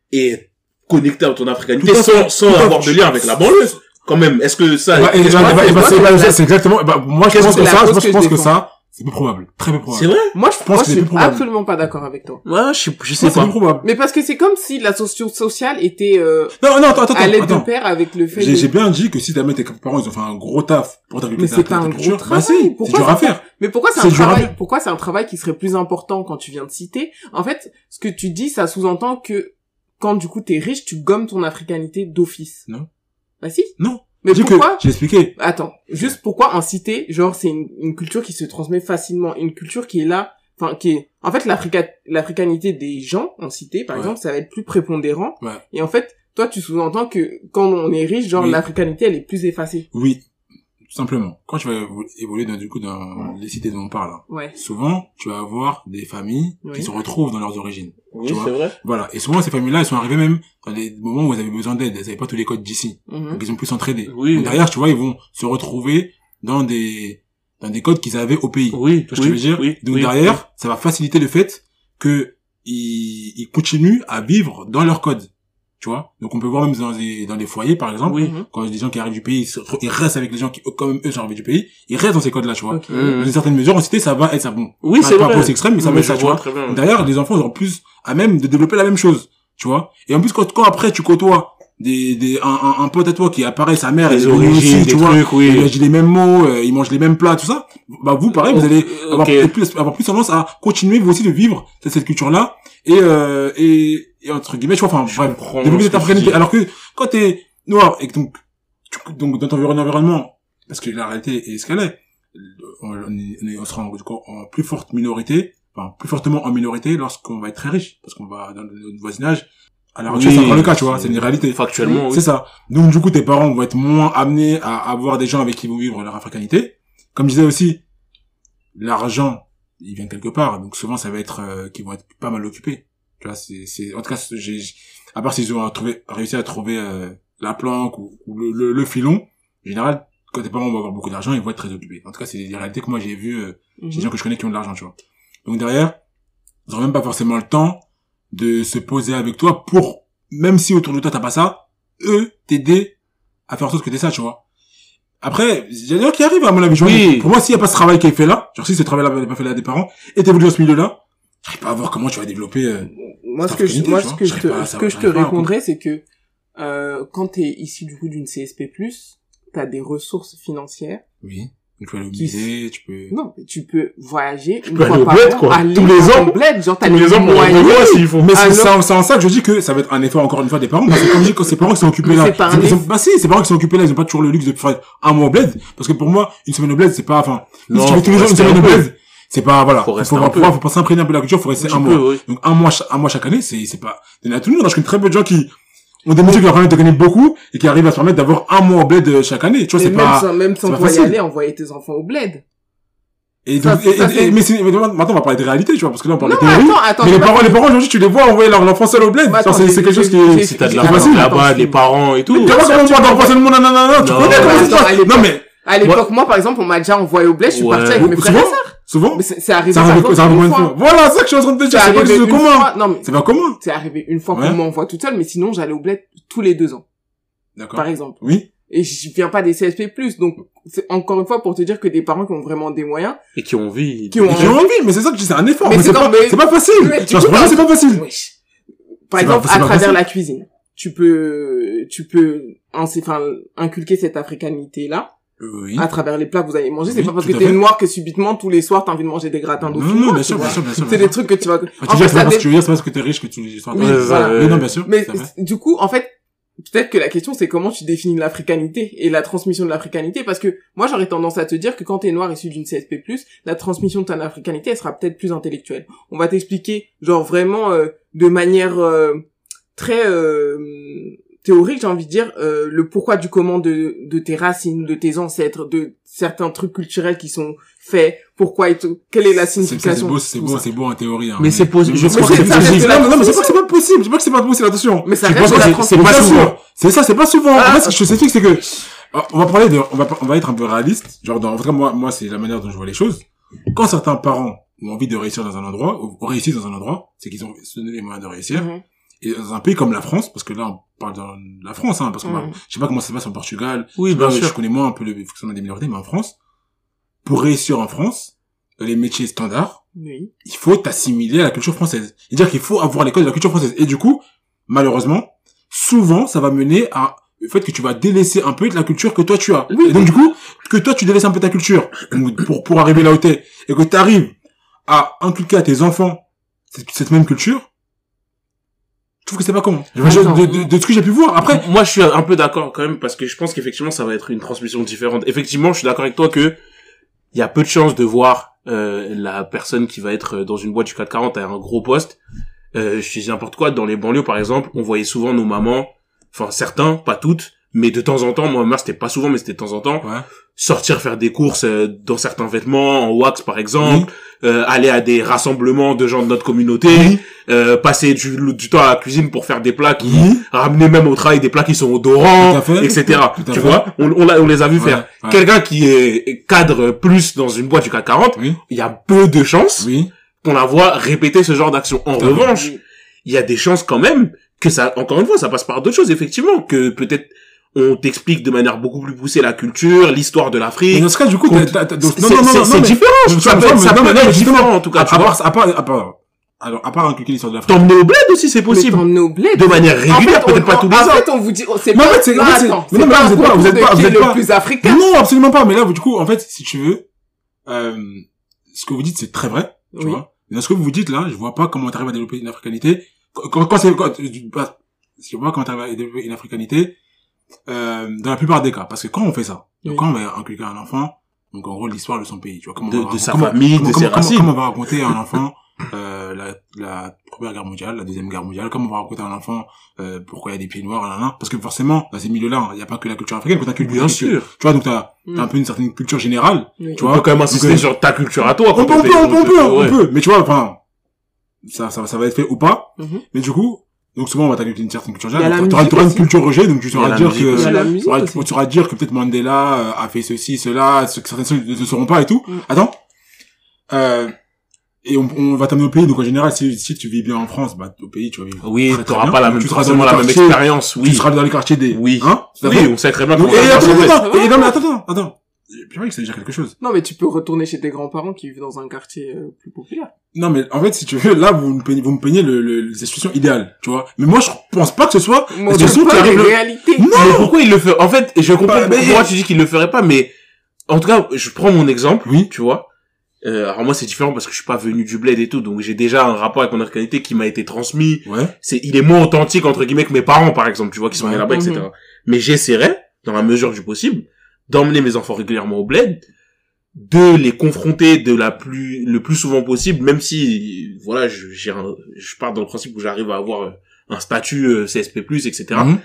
S1: et connecté à ton africanité sans avoir de lien avec la banlieue. Quand même, est-ce que ça...
S2: c'est exactement... moi, je pense que ça, c'est peu probable. Très peu probable.
S1: C'est vrai?
S3: Moi, je suis absolument pas d'accord avec toi.
S1: Ouais, je sais pas.
S2: C'est peu probable.
S3: Mais parce que c'est comme si la sociale était,
S2: attends,
S3: à l'aide de pair avec le fait
S2: J'ai bien dit que si jamais tes parents, ils ont fait un gros taf pour t'inculquer
S3: mais c'est pas un gros travail.
S2: Si, c'est dur à faire.
S3: Mais pourquoi c'est un travail qui serait plus important quand tu viens de citer? En fait, ce que tu dis, ça sous-entend que quand du coup t'es riche, tu gommes ton africanité d'office.
S2: Non.
S3: Bah si.
S2: Non.
S3: Mais pourquoi?
S2: J'ai expliqué.
S3: Attends, juste pourquoi en cité, genre c'est une culture qui se transmet facilement, une culture qui est là, enfin qui est, en fait l'africanité des gens en cité, par exemple, ça va être plus prépondérant.
S2: Ouais.
S3: Et en fait, toi tu sous-entends que quand on est riche, genre l'africanité elle est plus effacée.
S2: Oui. Tout simplement. Quand tu vas évoluer dans les cités dont on parle, souvent, tu vas avoir des familles qui se retrouvent dans leurs origines.
S1: Oui, c'est vrai.
S2: Voilà. Et souvent, ces familles-là, elles sont arrivées même dans des moments où elles avaient besoin d'aide. Elles avaient pas tous les codes d'ici. Donc, ils ont pu s'entraider.
S1: Oui.
S2: Donc, derrière, tu vois, ils vont se retrouver dans des codes qu'ils avaient au pays.
S1: Oui.
S2: Tu vois ce que je veux dire?
S1: Oui.
S2: Donc, derrière, ça va faciliter le fait que ils continuent à vivre dans leurs codes. Tu vois, donc on peut voir même dans des foyers par exemple, quand des gens qui arrivent du pays, ils restent avec les gens qui comme eux sont arrivés du pays, ils restent dans ces codes là, tu vois. Dans une certaine mesure en cité ça va être ça bon.
S1: Oui, c'est vrai.
S2: Pas un extrême mais ça va être ça, tu vois. D'ailleurs les enfants seront plus à même de développer la même chose, tu vois. Et en plus quand après tu côtoies un pote à toi qui apparaît, sa mère
S1: les origines,
S2: tu vois, il dit les mêmes mots, il mange les mêmes plats, tout ça, bah vous pareil vous allez avoir plus tendance à continuer vous aussi de vivre cette culture là et entre guillemets tu vois, enfin bref, développer cette africanité, alors que quand t'es noir et que donc dans ton environnement, parce que la réalité est ce qu'elle est, on sera en plus forte minorité, enfin plus fortement en minorité lorsqu'on va être très riche, parce qu'on va dans notre voisinage. Alors, c'est encore le cas, tu vois, c'est une réalité.
S1: Factuellement,
S2: c'est ça. Donc, du coup, tes parents vont être moins amenés à avoir des gens avec qui vont vivre leur africanité. Comme je disais aussi, l'argent, il vient quelque part. Donc, souvent, ça va être, qu'ils vont être pas mal occupés. Tu vois, en tout cas, à part s'ils ont réussi à trouver, la planque ou le filon, en général, quand tes parents vont avoir beaucoup d'argent, ils vont être très occupés. En tout cas, c'est des réalités que moi, j'ai vues, chez des gens que je connais qui ont de l'argent, tu vois. Donc, derrière, ils n'auront même pas forcément le temps de se poser avec toi pour, même si autour de toi t'as pas ça, eux, t'aider à faire en sorte que t'aies ça, tu vois. Après, il y a des gens qui arrivent, à mon avis. Pour moi, s'il y a pas ce travail qui est fait là, genre si ce travail-là n'est pas fait là des parents, et t'évolues dans ce milieu-là, j'arrive pas à voir comment tu vas développer,
S3: ce que je te répondrais, c'est que, quand t'es issu, du coup, d'une CSP+, t'as des ressources financières.
S2: Oui. Tu peux aller au musée,
S3: Non, mais tu peux voyager une fois par an, aller
S1: tous les ans,
S3: bled, genre t'as
S1: tous les ans,
S2: mais c'est en ça que je dis que ça va être un effort encore une fois des parents, parce que comme je dis, quand ces parents qui sont occupés là, ces parents qui sont occupés là, ils ont pas toujours le luxe de faire un mois au bled, parce que pour moi, une semaine au bled, c'est pas, enfin, si tu veux tous les jours une semaine au bled, c'est pas, voilà. Faut pas s'imprégner un peu de la culture, faut rester un mois. Donc, un mois chaque année, c'est pas, il y en a tout le monde, je connais très peu de gens qui ont des métiers qui leur permettent de gagner beaucoup et qui arrivent à se permettre d'avoir un mois au bled chaque année. Tu vois, c'est pas,
S3: même sans pouvoir y aller, envoyer tes enfants au bled.
S2: Mais maintenant, on va parler des réalités, tu vois, parce que là, on parle de théorie. Mais les parents, aujourd'hui, tu les vois envoyer leur enfant seul au bled. C'est quelque chose qui est,
S1: si t'as de l'argent là-bas, les parents et tout.
S2: Tu vois comment on voit d'enfants le monde, non, tu connais comment ça se passe. Non, mais.
S3: À l'époque, moi, par exemple, on m'a déjà envoyé au bled, je suis parti avec mes frères et sœurs.
S2: Souvent?
S3: Mais c'est arrivé
S2: une fois. Voilà, ça que je suis en train de te dire. C'est pas commun.
S3: Non, mais
S2: c'est pas commun.
S3: C'est arrivé une fois qu'on m'envoie toute seule, mais sinon, j'allais au bled tous les 2 ans.
S2: D'accord.
S3: Par exemple.
S2: Oui.
S3: Et je viens pas des CSP+, donc c'est encore une fois pour te dire que des parents qui ont vraiment des moyens
S1: et qui ont envie,
S2: mais c'est ça que je dis, c'est un effort, mais c'est pas facile. Genre, c'est pas facile.
S3: Par exemple, à travers la cuisine, tu peux inculquer cette africanité là.
S2: Oui.
S3: À travers les plats que vous allez manger, c'est pas parce que t'es noir que subitement tous les soirs t'as envie de manger des gratins d'eau.
S2: Non, bien sûr.
S3: C'est des trucs que tu vas.
S2: C'est pas parce que t'es riche que tu les soirs.
S3: Oui,
S2: non, bien sûr.
S3: Mais du coup, en fait, peut-être que la question c'est comment tu définis l'africanité et la transmission de l'africanité, parce que moi j'aurais tendance à te dire que quand t'es noir issu d'une CSP+, la transmission de ta africanité elle sera peut-être plus intellectuelle. On va t'expliquer genre vraiment de manière très théorique, j'ai envie de dire, le pourquoi du comment de tes racines, de tes ancêtres, de certains trucs culturels qui sont faits, pourquoi et tout, quelle est la signification.
S2: C'est beau en théorie, hein.
S1: Mais c'est possible, je crois
S2: que c'est possible. Non, mais c'est pas que c'est pas possible, je sais pas que c'est pas possible, attention.
S3: Mais ça reste la
S2: c'est pas souvent. C'est ça, c'est pas souvent. En fait, ce que je sais, c'est que, on va être un peu réaliste. Genre, en tout cas, moi, c'est la manière dont je vois les choses. Quand certains parents ont envie de réussir dans un endroit, ou réussissent dans un endroit, c'est qu'ils ont se donné les moyens de réussir. Et dans un pays comme la France, parce que là, on parle de la France, hein, parce que je sais pas comment ça se passe en Portugal.
S1: Oui, bien sûr.
S2: Je connais moins un peu le fonctionnement des minorités, mais en France, pour réussir en France, dans les métiers standards,
S3: oui,
S2: il faut t'assimiler à la culture française. C'est-à-dire qu'il faut avoir l'école de la culture française. Et du coup, malheureusement, souvent, ça va mener à le fait que tu vas délaisser un peu de la culture que toi tu as.
S3: Oui.
S2: Et donc, du coup, que toi tu délaisses un peu ta culture pour arriver là où t'es, et que t'arrives à inculquer à tes enfants cette même culture, je trouve que c'est pas con. De ce que j'ai pu voir. Après,
S1: moi, je suis un peu d'accord quand même, parce que je pense qu'effectivement, ça va être une transmission différente. Effectivement, je suis d'accord avec toi que il y a peu de chances de voir la personne qui va être dans une boîte du 440 à un gros poste. Je dis n'importe quoi, dans les banlieues par exemple, on voyait souvent nos mamans, enfin certains, pas toutes, mais de temps en temps, moi c'était pas souvent, mais c'était de temps en temps, sortir faire des courses dans certains vêtements, en wax par exemple, aller à des rassemblements de gens de notre communauté, passer du temps à la cuisine pour faire des plats qui ramener même au travail des plats qui sont odorants, etc. Tu vois, on les a vus faire. Quelqu'un qui est cadre plus dans une boîte du CAC 40, il y a peu de chances qu'on la voit répéter ce genre d'action. En revanche, il y a des chances quand même que ça, encore une fois, ça passe par d'autres choses, effectivement, que peut-être on t'explique de manière beaucoup plus poussée la culture, l'histoire de l'Afrique.
S2: Mais dans ce cas, du coup,
S1: c'est différent. Ça peut être différent, en tout cas.
S2: À part inculquer l'histoire de l'Afrique.
S1: T'emmener au bled aussi, c'est possible.
S3: T'emmener au bled.
S1: De manière régulière, peut-être pas tous les ans.
S3: En fait, on vous dit, c'est
S2: pas,
S3: pas,
S2: mais non, vous êtes pas
S3: le plus africain.
S2: Non, absolument pas. Mais là, du coup, en fait, si tu veux, ce que vous dites, c'est très vrai, tu vois. Mais dans ce que vous dites, là, je vois pas comment t'arrives à développer une africanité. Je vois pas comment t'arrives à développer une africanité, dans la plupart des cas. Parce que quand on fait ça, donc quand on va inculquer un enfant, donc en gros, l'histoire de son pays, tu vois, comment
S1: de sa famille, de ses racines.
S2: Comment on va raconter à un enfant, la première guerre mondiale, la deuxième guerre mondiale, comment on va raconter à un enfant, pourquoi il y a des pieds noirs, parce que forcément, dans ces milieux-là, il y a pas que la culture africaine, quand t'as culture.
S1: Bien sûr.
S2: Tu vois, donc t'as un peu une certaine culture générale, tu vois.
S1: On peut quand même insister sur ta culture à toi.
S2: On peut. Mais tu vois, enfin, ça va être fait ou pas. Mais du coup, donc souvent on va t'inculquer une certaine culture générale. T'auras une culture rejet, donc tu sauras dire que, tu sauras dire que peut-être Mandela a fait ceci, cela, certaines choses ne se sauront pas et tout. Attends. Et on va t'amener au pays, donc en général, si tu vis bien en France, bah, au pays, tu vas vivre.
S1: Oui, t'auras pas la même,
S2: tu seras
S1: forcément la même expérience, oui.
S2: Tu seras dans les quartiers des,
S1: oui.
S2: Hein?
S1: Oui, on sait très bien comment
S2: attends. Puis oui, ça veut dire quelque chose.
S3: Non, mais tu peux retourner chez tes grands-parents qui vivent dans un quartier plus populaire.
S2: Non, mais en fait, si tu veux, là, vous me peignez la situation idéale, tu vois. Mais moi, je pense pas que ce soit
S3: la situation qui arrive. Réalité.
S2: Non!
S1: Mais pourquoi il le fait? En fait, je comprends pourquoi tu dis qu'il le ferait pas, mais en tout cas, je prends mon exemple, tu vois. Alors moi c'est différent parce que je suis pas venu du bled et tout, donc j'ai déjà un rapport avec mon africanité qui m'a été transmis. Il est moins authentique entre guillemets que mes parents par exemple, tu vois, qui sont nés là-bas, etc. Mais j'essaierai, dans la mesure du possible, d'emmener mes enfants régulièrement au bled, de les confronter le plus souvent possible, même si voilà, je pars dans le principe où j'arrive à avoir un statut CSP+, etc.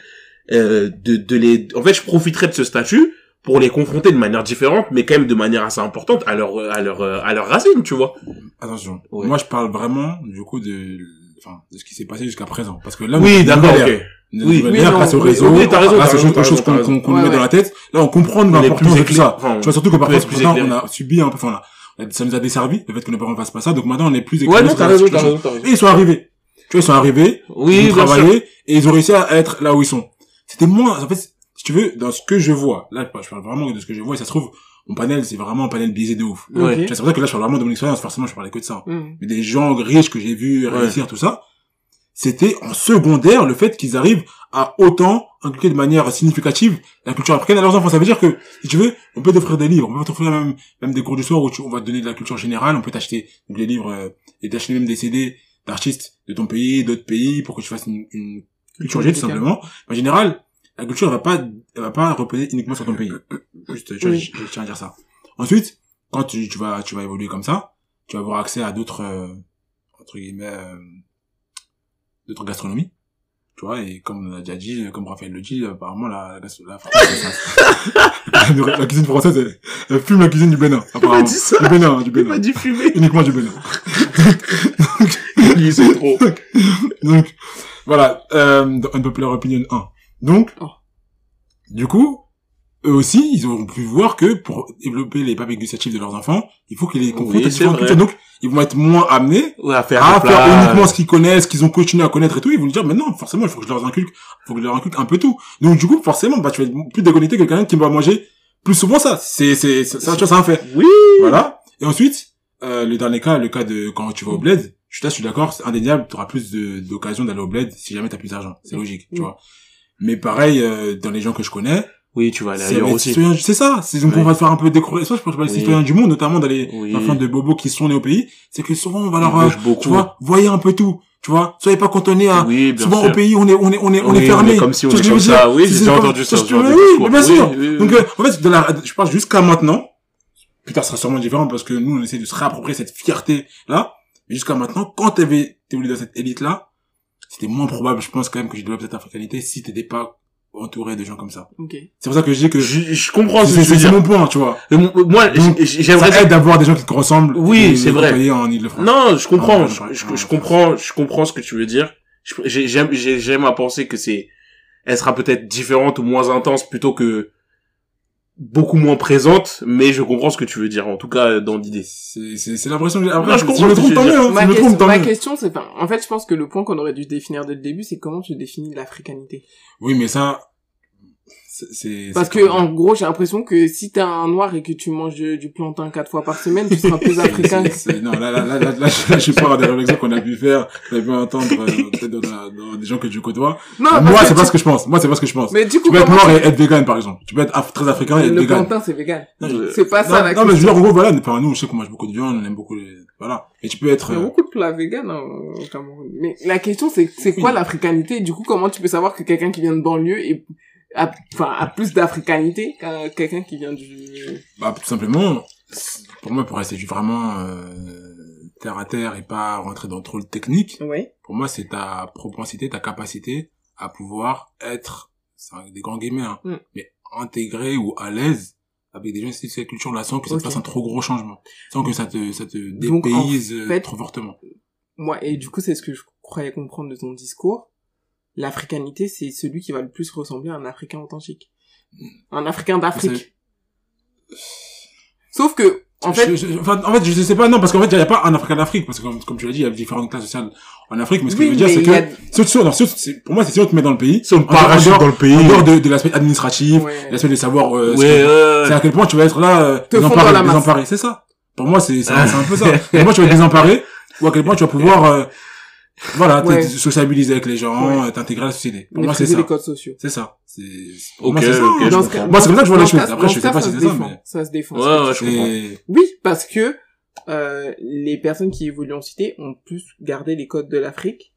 S1: En fait, je profiterai de ce statut pour les confronter de manière différente, mais quand même de manière assez importante à leur racine, tu vois.
S2: Attention. Moi, je parle vraiment, du coup, de ce qui s'est passé jusqu'à présent. Parce que là,
S1: oui, d'accord, ok.
S2: Grâce au réseau, grâce aux choses qu'on nous met dans la tête, là, on comprend l'importance de tout ça. Tu vois, surtout que parfois, on a subi un peu, ça nous a desservi, le fait que nos parents fassent pas ça, donc maintenant, on est plus éclairés sur la situation. Et ils sont arrivés. Tu vois, ils sont arrivés, ils ont travaillé, et ils ont réussi à être là où ils sont. C'était moins, en fait, si tu veux, dans ce que je vois, là, je parle vraiment de ce que je vois, et ça se trouve, mon panel, c'est vraiment un panel biaisé de ouf. C'est pour ça que là, je parle vraiment de mon expérience, forcément, je parlais que de ça. Mais des gens riches que j'ai vus réussir, tout ça, c'était en secondaire le fait qu'ils arrivent à autant inculquer de manière significative la culture africaine à leurs enfants. Ça veut dire que, si tu veux, on peut t'offrir des livres, on peut t'offrir même des cours du soir où on va te donner de la culture générale, on peut t'acheter des livres, et t'acheter même des CD d'artistes de ton pays, d'autres pays, pour que tu fasses une culture G, tout simplement. En général, la culture, elle va pas reposer uniquement sur ton pays. Juste, je tiens à dire ça. Ensuite, quand tu vas évoluer comme ça, tu vas avoir accès à d'autres, entre guillemets, d'autres gastronomies. Tu vois, et comme on a déjà dit, comme Raphaël le dit, apparemment, la cuisine française, elle fume la cuisine du Bénin, apparemment.
S1: Il dit ça.
S2: Du Bénin.
S1: Il m'a dit fumer.
S2: Uniquement du Bénin.
S1: Il c'est trop.
S2: Donc, voilà, Unpopular Opinion 1. Donc, du coup, eux aussi, ils ont pu voir que pour développer les papilles gustatives de leurs enfants, il faut qu'ils les confrontent à différentes cultures. Donc, ils vont être moins amenés
S1: à faire
S2: uniquement ce qu'ils connaissent, qu'ils ont continué à connaître et tout. Ils vont dire, mais non, forcément, il faut que je leur inculque un peu tout. Donc, du coup, forcément, tu vas être plus déconnecté que quelqu'un qui va manger plus souvent ça. Ça, tu vois, c'est un fait.
S1: Oui.
S2: Voilà. Et ensuite, le dernier cas, le cas de quand tu vas au bled, je suis d'accord, c'est indéniable, tu auras plus d'occasion d'aller au bled si jamais t'as plus d'argent. C'est logique, tu vois. Mais pareil, dans les gens que je connais,
S1: oui, tu vas aller ailleurs aussi.
S2: C'est ça. Donc, on va te faire un peu découvrir. Ça, je pense que les citoyens du monde, notamment dans les enfants de bobos qui sont nés au pays, c'est que souvent, on va leur, tu vois, voyez un peu tout. Tu vois, soyez pas cantonnés à, souvent au pays, on est fermé.
S1: Comme si on était comme ça. Oui, j'ai déjà entendu ça.
S2: Oui, bien sûr. Donc, en fait, je pense jusqu'à maintenant, plus tard, ça sera sûrement différent parce que nous, on essaie de se réapproprier cette fierté-là. Mais jusqu'à maintenant, quand t'évolues dans cette élite-là, c'était moins probable, je pense, quand même, que je développe cette africanité si t'étais pas entouré de gens comme ça.
S3: Okay.
S2: C'est pour ça que je dis que
S1: je comprends
S2: c'est mon point, tu vois.
S1: Moi, j'aimerais
S2: ça aide d'avoir des gens qui te ressemblent.
S1: Oui, c'est vrai.
S2: En Île-de-France.
S1: Non, je comprends. Je comprends ce que tu veux dire. J'aime à penser que elle sera peut-être différente ou moins intense plutôt que beaucoup moins présente, mais je comprends ce que tu veux dire, en tout cas, dans l'idée.
S2: C'est l'impression que j'ai.
S1: Après, je comprends.
S2: Me trompe, tant mieux,
S3: ma question, c'est pas, en fait, je pense que le point qu'on aurait dû définir dès le début, c'est comment tu définis l'africanité.
S2: Oui, mais ça,
S3: parce que, en gros, j'ai l'impression que si t'es un noir et que tu manges du plantain 4 fois par semaine, tu seras plus africain.
S2: Non, là, je suis pas dans l'exemple qu'on a pu faire, qu'on a pu entendre, peut-être dans des gens que tu côtoies. Non, moi, c'est pas ce que je pense.
S3: Mais du coup,
S2: tu peux être noir et être vegan, par exemple. Tu peux être très africain et être vegan.
S3: Le plantain, c'est vegan. C'est pas ça, la question.
S2: Non, mais je veux dire, en gros, voilà, enfin, nous, je sais qu'on mange beaucoup de viande, on aime beaucoup voilà. Et tu peux être...
S3: Il y a beaucoup de plats vegan, au Cameroun. Mais la question, c'est quoi l'africanité? Du coup, comment tu peux savoir que quelqu'un qui vient de banlieue a plus d'africanité qu'un quelqu'un qui vient du...
S2: tout simplement, pour moi, pour rester vraiment terre à terre et pas rentrer dans trop le technique, pour moi, c'est ta propensité, ta capacité à pouvoir être, c'est des grands guillemets, mais intégré ou à l'aise avec des gens de cette culture-là, sans que ça te fasse un trop gros changement, sans que ça te dépayse trop fortement.
S3: Moi, et du coup, c'est ce que je croyais comprendre de ton discours. L'africanité, c'est celui qui va le plus ressembler à un Africain authentique. Un Africain d'Afrique. Sauf que, en fait,
S2: je sais pas, non, parce qu'en fait, il y a pas un Africain d'Afrique, parce que comme tu l'as dit, il y a différentes classes sociales en Afrique, mais ce que je veux dire, c'est que, pour moi, c'est si on te met dans le pays,
S1: si on te parachute dans le pays,
S2: en dehors de l'aspect administratif, l'aspect de savoir, c'est à quel point tu vas être là, désemparé. C'est ça. Pour moi, c'est un peu ça. À quel point tu vas être désemparé, ou à quel point tu vas pouvoir, te sociabiliser avec les gens, t'intégrer à la société. Pour moi, c'est ça.
S3: Les codes sociaux.
S2: C'est ça.
S1: Ok,
S2: moi, c'est comme ça que je vois les choses. Après, je sais pas si c'est ça, mais...
S3: Ça se défend.
S1: Ouais, je comprends.
S3: Oui, parce que, les personnes qui évoluent en cité ont plus gardé les codes de l'Afrique.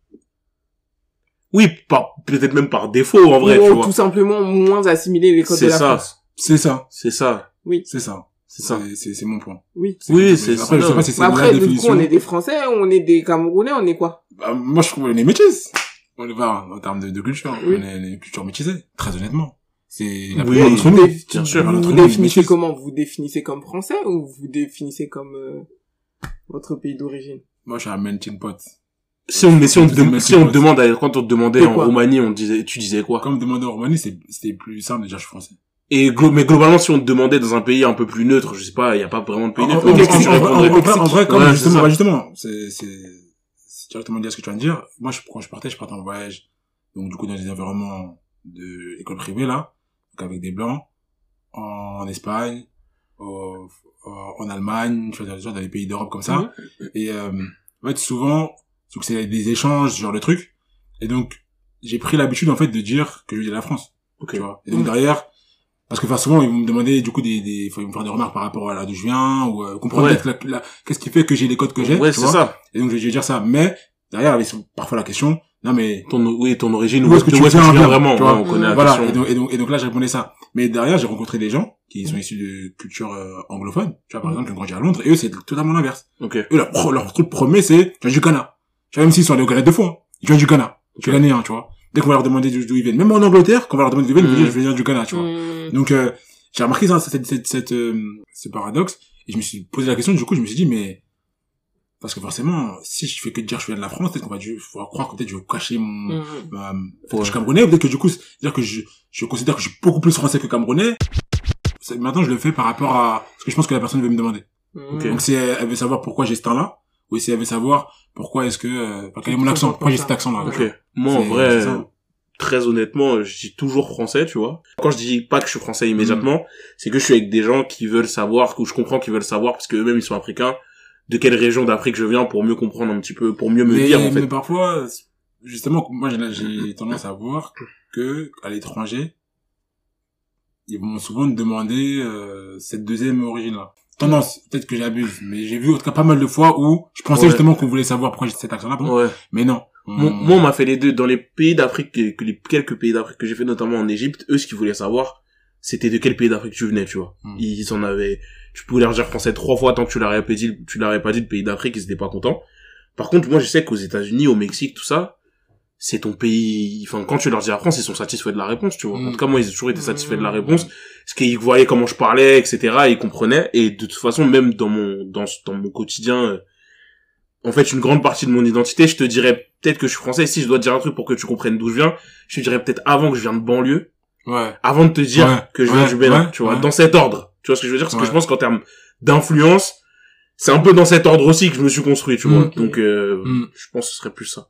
S1: Oui, peut-être même par défaut, en vrai, tu vois.
S3: Tout simplement moins assimiler les codes de la France.
S2: C'est ça.
S3: Oui.
S2: C'est ça. C'est mon point.
S3: Oui.
S2: Oui, c'est ça. Après, je sais pas si c'est la définition. Après, du coup,
S3: on est des Français, on est des Camerounais, on est quoi?
S2: Moi, je trouve qu'on est métis. On est pas, en termes de culture. Oui. On est une culture métissée. Très honnêtement. C'est la plupart d'entre nous.
S1: Bien sûr.
S3: Vous définissez comment? Vous définissez comme français ou vous définissez comme, votre pays d'origine?
S2: Moi, je suis un melting pot.
S1: Si on te demande, quand on te demandait en Roumanie, tu disais quoi?
S2: Quand on me demandait en Roumanie, c'était plus simple de dire je suis français.
S1: Mais globalement, si on te demandait dans un pays un peu plus neutre, je sais pas, il y a pas vraiment de pays neutre.
S2: En vrai, comme justement, c'est directement dire ce que tu viens de dire. Moi, quand je partais en voyage. Donc, du coup, dans des environnements de école privée, là. Donc, avec des blancs. En Espagne. En Allemagne. Tu vois, dans les pays d'Europe comme ça. Et, en fait, souvent, c'est des échanges, ce genre de trucs. Et donc, j'ai pris l'habitude, en fait, de dire que je viens de la France. Tu vois. Et donc, derrière, parce que souvent ils vont me demander du coup ils vont me faire des remarques par rapport à là d'où je viens ou comprendre qu'est-ce qui fait que j'ai les codes que j'ai, tu vois. Ça. Et donc je vais dire ça, mais derrière il y a parfois la question, non mais
S1: ton origine,
S2: où est-ce que tu viens vraiment,
S1: tu vois, on connaît la question.
S2: Et donc là je répondais ça. Mais derrière j'ai rencontré des gens qui sont issus de culture anglophone, tu vois, par exemple qui ont grandi à Londres, et eux c'est totalement l'inverse. Eux leur truc premier c'est je viens du Ghana. Tu vois, même s'ils sont allés au Ghana 2 fois, ils viennent du Ghana. Tu Ghanéen, tu vois. Dès qu'on va leur demander d'où ils viennent, même en Angleterre, quand on va leur demander d'où ils viennent, ils vont dire je viens du Ghana, tu vois. Donc j'ai remarqué ça, ce paradoxe, et je me suis posé la question, du coup je me suis dit mais parce que forcément si je fais que dire je viens de la France, peut-être qu'on va croire que peut-être je vais cacher je suis camerounais, peut-être que du coup c'est-à-dire que je considère que je suis beaucoup plus français que camerounais. maintenant, je le fais par rapport à ce que je pense que la personne veut me demander.
S1: Okay.
S2: Donc, si elle veut savoir pourquoi j'ai ce temps-là, ou si elle veut savoir pourquoi est-ce que, quel est mon accent, pourquoi j'ai cet accent-là.
S1: Ok. Moi, en vrai, très honnêtement, je dis toujours français, tu vois. Quand je dis pas que je suis français immédiatement, c'est que je suis avec des gens qui veulent savoir, que je comprends qu'ils veulent savoir, parce que eux-mêmes, ils sont africains, de quelle région d'Afrique je viens pour mieux comprendre un petit peu, pour mieux me dire, en fait.
S2: Mais parfois, justement, moi, j'ai tendance à voir que, à l'étranger, ils vont souvent me demander, cette deuxième origine-là. Tendance, peut-être que j'abuse, mais j'ai vu, en tout cas, pas mal de fois où je pensais justement qu'on voulait savoir pourquoi j'ai cet accent-là, mais non.
S1: Moi, on m'a fait les deux. Dans les pays d'Afrique, que les quelques pays d'Afrique que j'ai fait, notamment en Égypte, eux, ce qu'ils voulaient savoir, c'était de quel pays d'Afrique tu venais, tu vois. Ils en avaient, tu pouvais leur dire français 3 fois tant que tu leur avais pas dit le pays d'Afrique, ils étaient pas contents. Par contre, moi, je sais qu'aux États-Unis, au Mexique, tout ça, c'est ton pays, enfin, quand tu leur dis la France, ils sont satisfaits de la réponse, tu vois. En tout cas, moi, ils ont toujours été satisfaits de la réponse. Parce qu'ils voyaient comment je parlais, etc., et ils comprenaient. Et de toute façon, même dans mon quotidien, en fait, une grande partie de mon identité, je te dirais peut-être que je suis français. Si je dois te dire un truc pour que tu comprennes d'où je viens, je te dirais peut-être avant que je viens de banlieue. Avant de te dire que je viens du Bénin, tu vois, dans cet ordre. Tu vois ce que je veux dire? Parce que je pense qu'en termes d'influence, c'est un peu dans cet ordre aussi que je me suis construit, tu vois. Donc, je pense que ce serait plus ça.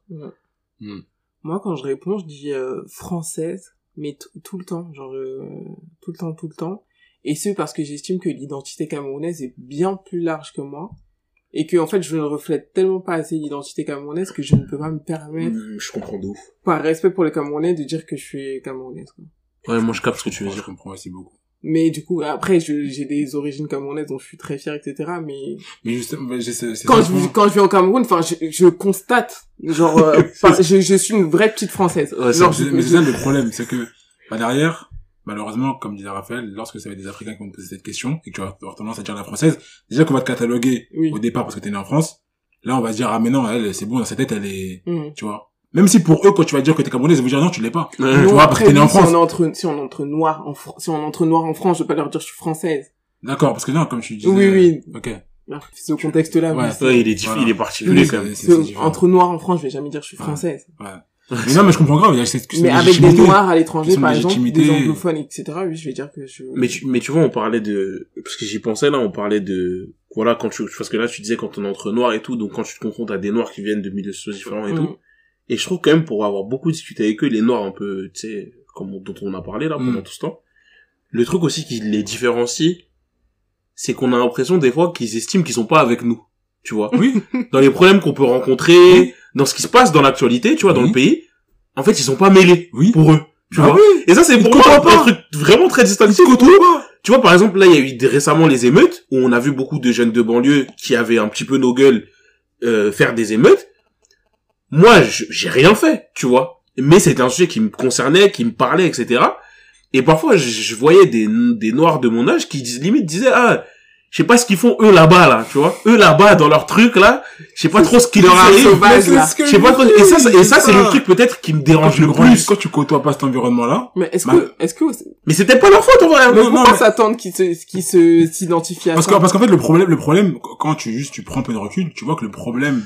S3: Moi, quand je réponds, je dis française, mais tout le temps, genre tout le temps. Et ce, parce que j'estime que l'identité camerounaise est bien plus large que moi. Et que, en fait, je ne reflète tellement pas assez l'identité camerounaise que je ne peux pas me permettre,
S1: je comprends de ouf,
S3: par respect pour les Camerounais, de dire que je suis camerounaise, quoi.
S1: Ouais, moi je capte ce que tu veux dire.
S2: Je comprends aussi beaucoup.
S3: Mais du coup, après, j'ai des origines camerounaises dont je suis très fier, etc. Mais
S2: justement,
S3: quand je vais au Cameroun, enfin, je constate, genre, je suis une vraie petite française.
S2: Ouais, mais c'est ça le problème, c'est que, derrière, malheureusement, comme disait Raphaël, lorsque ça va être des Africains qui vont te poser cette question, et que tu vas avoir tendance à dire la française, déjà qu'on va te cataloguer au départ parce que t'es né en France, là, on va se dire, ah, mais non, elle, c'est bon, dans sa tête, elle est, tu vois. Même si pour eux, quand tu vas dire que t'es camerounaise, ils vont dire non, tu l'es pas. Tu vois, parce que t'es né en France.
S3: Si on entre noirs en France, je vais pas leur dire je suis française.
S2: D'accord, parce que non, comme tu disais.
S3: Oui.
S2: Ok.
S3: Ce contexte-là,
S1: il est particulier quand même.
S3: Entre noirs en France, je vais jamais dire je suis française.
S2: Mais non, mais je comprends grave, il y a cette
S3: mais avec des noirs à l'étranger, par exemple, des anglophones, etc., oui, je vais dire que je...
S1: Mais tu vois, on parlait de, parce que j'y pensais là, on parlait de, voilà, parce que là, tu disais quand on est entre noirs et tout, donc quand tu te confrontes à des noirs qui viennent de milieux sociaux différents et tout. Et je trouve quand même, pour avoir beaucoup discuté avec eux, les noirs un peu, tu sais, dont on a parlé là, pendant tout ce temps, le truc aussi qui les différencie, c'est qu'on a l'impression des fois qu'ils estiment qu'ils sont pas avec nous. Tu vois?
S2: Oui.
S1: Dans les problèmes qu'on peut rencontrer, dans ce qui se passe dans l'actualité, tu vois, dans le pays, en fait, ils sont pas mêlés. Pour eux. Tu vois? Et ça, c'est pour moi un truc vraiment très distinctif. Tu vois, par exemple, là, il y a eu récemment les émeutes, où on a vu beaucoup de jeunes de banlieue qui avaient un petit peu nos gueules, faire des émeutes. Moi, j'ai rien fait, tu vois. Mais c'était un sujet qui me concernait, qui me parlait, etc. Et parfois, je voyais des noirs de mon âge qui limite disaient, ah, je sais pas ce qu'ils font eux là-bas, là, tu vois. Eux là-bas, dans leur truc, là, je sais pas trop ce qui leur arrive. Je sais pas trop, et ça, c'est le truc peut-être qui me dérange le plus.
S2: Quand tu côtoies pas cet environnement-là.
S3: Mais est-ce que...
S1: Mais c'était pas leur faute, en vrai.
S3: Non, pas s'attendre qu'ils s'identifient à ça.
S2: Parce qu'en fait, le problème, quand tu prends un peu de recul, tu vois que le problème,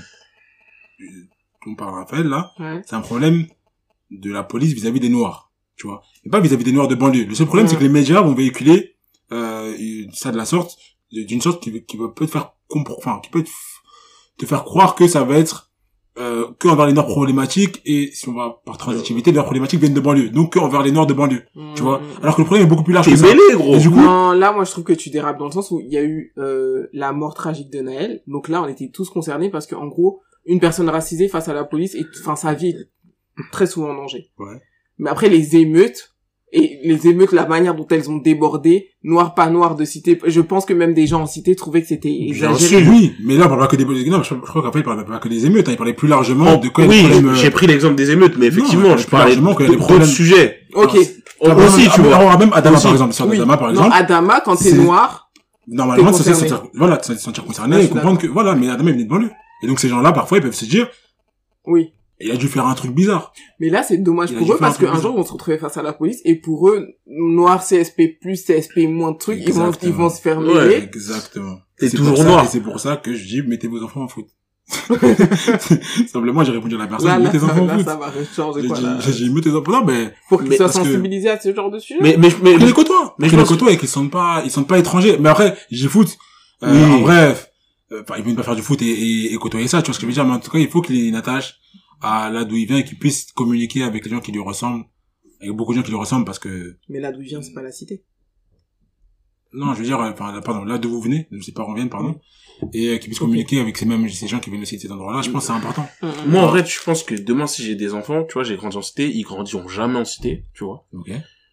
S2: dont parle Raphaël, là, c'est un problème de la police vis-à-vis des noirs, tu vois. Et pas vis-à-vis des noirs de banlieue. Le seul problème, c'est que les médias vont véhiculer, ça de la sorte, d'une sorte qui peut te faire comprendre, qui peut te faire croire que ça va être, que envers les noirs problématiques, et si on va par transitivité, les noirs problématiques viennent de banlieue. Donc, que envers les noirs de banlieue. Tu vois. Alors que le problème est beaucoup plus large que ça.
S1: T'es mêlé, gros.
S2: Et du coup,
S3: non, là, moi, je trouve que tu dérapes dans le sens où il y a eu, la mort tragique de Naël. Donc là, on était tous concernés parce que, en gros, une personne racisée face à la police, et enfin sa vie est très souvent en danger. Mais après les émeutes, la manière dont elles ont débordé, noir pas noir de cité, je pense que même des gens en cité trouvaient que c'était exagéré.
S2: Oui, mais là on parle pas que des non, je crois qu'après il parlait pas que des émeutes, il parlait plus largement de quoi
S1: j'ai pris l'exemple des émeutes, mais effectivement, je parlais
S2: d'autres
S1: sujets.
S3: OK.
S2: Aussi, tu vois. Même Adama par exemple, Adama par exemple.
S3: Non, Adama quand t'es noir,
S2: normalement c'est se sentir concerné et comprendre que voilà, mais Adama il venait de banlieue. Et donc ces gens-là, parfois, ils peuvent se dire, il a dû faire un truc bizarre.
S3: Mais là, c'est dommage pour eux parce qu'un jour, ils vont se retrouver face à la police et pour eux, noir, CSP+, CSP- de trucs, ils vont se faire mêler.
S2: Exactement.
S1: C'est toujours noir.
S2: Et c'est pour ça que je dis, mettez vos enfants en foot. Simplement, j'ai répondu à la personne,
S3: Là,
S2: mets tes enfants au
S3: là,
S2: foot.
S3: ça va changer quoi, là.
S2: J'ai mis tes enfants, non, mais,
S3: Pour qu'ils soient
S2: parce que-
S3: sensibilisés à ce genre de sujet.
S1: mais
S2: qu'ils les côtoient.
S1: mais
S2: Qu'ils
S1: je
S2: les
S1: pense
S2: côtoient et qu'ils sentent pas étrangers. Mais après, j'ai foot.
S1: Oui.
S2: En bref, enfin, ils viennent pas faire du foot et côtoyer ça, tu vois ce que je veux dire. Mais en tout cas, il faut qu'il ait une attache à là d'où il vient et qu'il puisse communiquer avec les gens qui lui ressemblent. Avec beaucoup de gens qui lui ressemblent parce que,
S3: Mais là d'où il vient, c'est pas la cité.
S2: non, je veux dire, enfin, là, pardon, là d'où vous venez, de ses parents viennent, pardon. Et qu'il puisse communiquer avec ces gens qui viennent aussi de cet endroit-là, je pense que c'est important.
S1: moi, en vrai, je pense que demain, si j'ai des enfants, tu vois, j'ai grandi en cité, ils grandiront jamais en cité, tu vois.
S2: Ok.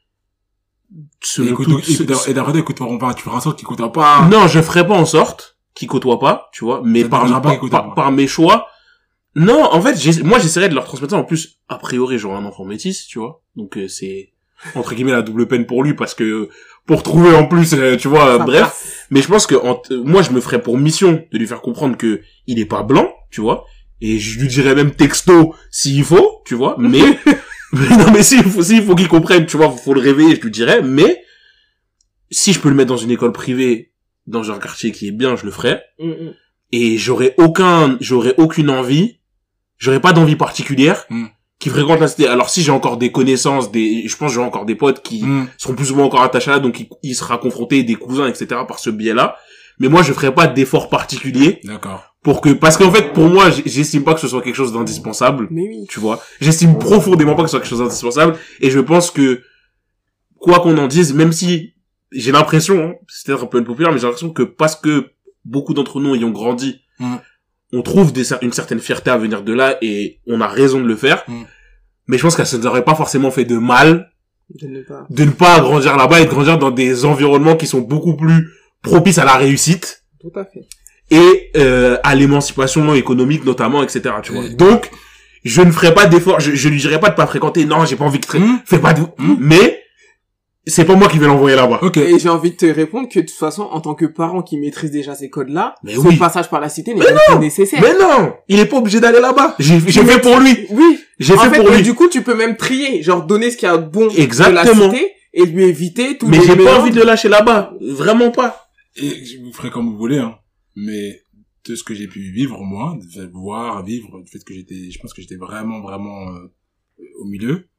S1: Selon
S2: Écoute,
S1: tout-
S2: et d'après toi, écouteront pas, tu feras en sorte qu'ils écouteront pas.
S1: Non, je ferai pas en sorte qu'ils côtoient pas, tu vois, mais
S2: Ça te dérangera pas qu'ils côtoient pas.
S1: par mes choix. Non, en fait, moi, j'essaierai de leur transmettre ça. En plus, a priori, j'aurai un enfant métis, tu vois. Donc, c'est, entre guillemets, la double peine pour lui, parce que, pour trouver en plus, tu vois,
S3: Ça
S1: bref.
S3: passe.
S1: Mais je pense que, moi, je me ferais pour mission de lui faire comprendre que il est pas blanc, tu vois. Et je lui dirais même texto s'il faut, tu vois. Mais, mais non, mais s'il faut qu'il comprenne, tu vois, faut le réveiller, je lui dirais. Mais, si je peux le mettre dans une école privée, dans un quartier qui est bien, je le ferai. Et j'aurais aucune envie, j'aurais pas d'envie particulière qui fréquente la cité. Alors si j'ai encore des connaissances, je pense que j'aurai encore des potes qui seront plus ou moins encore attachés là, donc il sera confronté, des cousins, etc. par ce biais-là. Mais moi, je ferai pas d'efforts particuliers.
S2: D'accord.
S1: Parce qu'en fait, pour moi, j'estime pas que ce soit quelque chose d'indispensable.
S3: Mais oui.
S1: Tu vois. J'estime profondément pas que ce soit quelque chose d'indispensable. Et je pense que, quoi qu'on en dise, même si j'ai l'impression, hein, c'est peut-être un peu populaire, mais j'ai l'impression que parce que beaucoup d'entre nous ayant grandi, on trouve une certaine fierté à venir de là et on a raison de le faire. Mais je pense que ça n'aurait pas forcément fait de mal de ne pas grandir là-bas et de grandir dans des environnements qui sont beaucoup plus propices à la réussite.
S3: Tout à fait.
S1: Et à l'émancipation économique notamment, etc. Tu vois. Donc, je ne ferai pas d'effort, je lui dirai pas de pas fréquenter, non, j'ai pas envie que fais pas de mais c'est pas moi qui vais l'envoyer là-bas.
S2: Ok.
S3: Et j'ai envie de te répondre que de toute façon, en tant que parent qui maîtrise déjà ces codes-là,
S1: Mais
S3: son
S1: oui.
S3: passage par la cité n'est pas nécessaire.
S1: Mais non, il est pas obligé d'aller là-bas. J'ai fait pour lui.
S3: Oui.
S1: J'ai
S3: En
S1: fait
S3: fait,
S1: pour
S3: mais
S1: lui.
S3: du coup, tu peux même trier, genre donner ce qu'il y a de bon de
S1: Exactement.
S3: la cité et lui éviter tout
S1: Mais
S3: le
S1: j'ai pas
S3: mélange.
S1: envie de le lâcher là-bas. Vraiment pas.
S2: Et vous ferez comme vous voulez, hein. Mais, de ce que j'ai pu vivre, moi, vivre, du fait que je pense que j'étais vraiment, au milieu.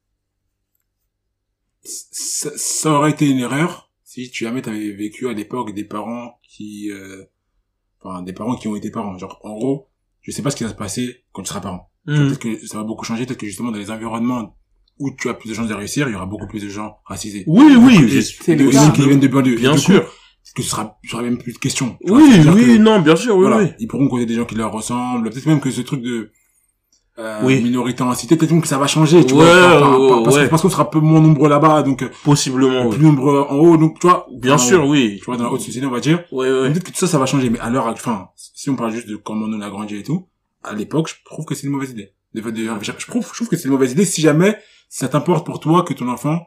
S2: Ça aurait été une erreur si tu jamais t'avais vécu à l'époque des parents qui ont été parents. Genre, en gros, je sais pas ce qui va se passer quand tu seras parent. Peut-être que ça va beaucoup changer, peut-être que justement dans les environnements où tu as plus de chances de réussir, il y aura beaucoup plus de gens racisés.
S1: Oui,
S3: c'est le
S2: de
S3: cas.
S2: qui viennent de banlieue.
S1: bien
S2: Et du coup,
S1: sûr.
S2: peut-être que ce sera même plus de questions. Tu vois,
S1: Oui,
S2: c'est-à-dire que,
S1: non, bien sûr, oui,
S2: voilà,
S1: oui.
S2: ils pourront côtoyer des gens qui leur ressemblent. Peut-être même que ce truc de
S1: Oui.
S2: minorité en cité, peut-être même que ça va changer, tu
S1: Ouais,
S2: vois, parce qu'on sera peu moins nombreux là-bas, donc
S1: Possiblement, oui.
S2: plus nombreux en haut, donc tu vois.
S1: Bien
S2: en
S1: sûr,
S2: haut,
S1: oui.
S2: Tu vois, dans la haute société, on va dire.
S1: Ouais.
S2: Peut-être que tout ça, ça va changer, mais à l'heure, si on parle juste de comment on a grandi et tout, à l'époque, je trouve que c'est une mauvaise idée. Je trouve que c'est une mauvaise idée si jamais ça t'importe pour toi que ton enfant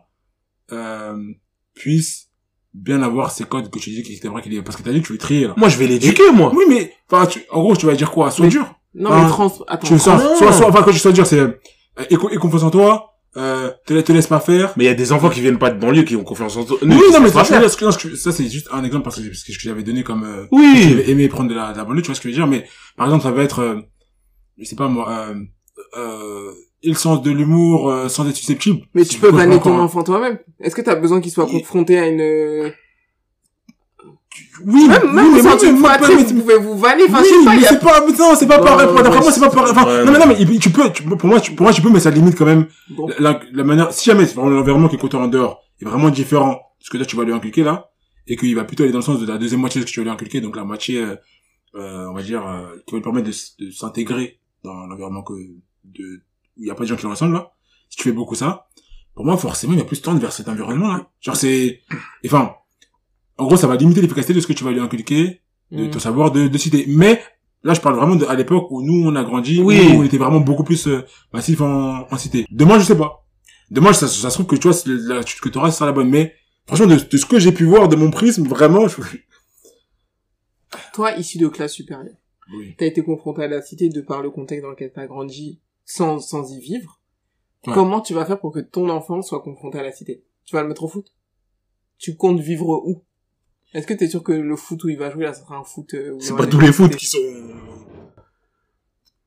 S2: puisse bien avoir ces codes que tu dis qu'il était vrai qu'il est, parce que t'as dit que tu veux trier, là.
S1: Moi, je vais l'éduquer, moi.
S2: Oui, mais, enfin, en gros, tu vas dire quoi? Sois dur.
S3: Non,
S2: Ah.
S3: mais attends.
S2: Quand je sois dur, c'est, aie confiance en toi, te laisse pas faire.
S1: Mais il y a des enfants qui viennent pas de banlieue qui ont confiance en toi.
S2: Oui, non, mais
S1: ça,
S2: ça, c'est juste un exemple parce que c'est ce que j'avais donné comme,
S1: oui.
S2: j'avais aimé prendre de la banlieue, tu vois ce que je veux dire, mais, par exemple, ça va être, je sais pas, moi, et le sens de l'humour, sans être susceptible.
S3: Mais tu peux vanner ton
S2: encore.
S3: enfant toi-même. Est-ce que t'as besoin qu'il soit confronté à une...
S2: Oui,
S3: Même sans une poitrine, vous pouvez vous vanner, enfin, je sais pas,
S2: mais c'est pas, non, c'est pas
S1: Ouais,
S2: pareil,
S1: ouais,
S2: d'après moi, c'est pas pareil, enfin,
S1: ouais,
S2: non, mais pour moi, tu peux, mais ça limite quand même,
S3: Bon.
S2: la manière, si jamais c'est vraiment l'environnement qui est côté en dehors est vraiment différent de ce que toi tu vas lui inculquer là, et qu'il va plutôt aller dans le sens de la deuxième moitié de ce que tu vas lui inculquer, donc la moitié, on va dire, qui va lui permettre de s'intégrer dans l'environnement où il y a pas de gens qui le ressemblent là. Si tu fais beaucoup ça, pour moi, forcément, il y a plus de tendre vers cet environnement là. Genre enfin, en gros, ça va limiter l'efficacité de ce que tu vas lui inculquer, de ton savoir de citer. Mais, là, je parle vraiment à l'époque où nous, on a grandi,
S1: Oui.
S2: où on était vraiment beaucoup plus massif en cité. Demain, je sais pas. Demain, ça se trouve que tu vois, l'attitude que tu auras, ce sera la bonne. Mais, franchement, de ce que j'ai pu voir de mon prisme, vraiment,
S3: Toi, issu de classe supérieure,
S2: oui.
S3: t'as été confronté à la cité de par le contexte dans lequel t'as grandi sans y vivre.
S2: Ouais.
S3: Comment tu vas faire pour que ton enfant soit confronté à la cité? Tu vas le mettre au foot? Tu comptes vivre où? Est-ce que t'es sûr que le foot où il va jouer, là, ça sera un foot où il y
S1: C'est
S3: aura
S1: pas
S3: des
S1: tous les
S3: gens
S1: foot
S3: qui-
S1: qui sont...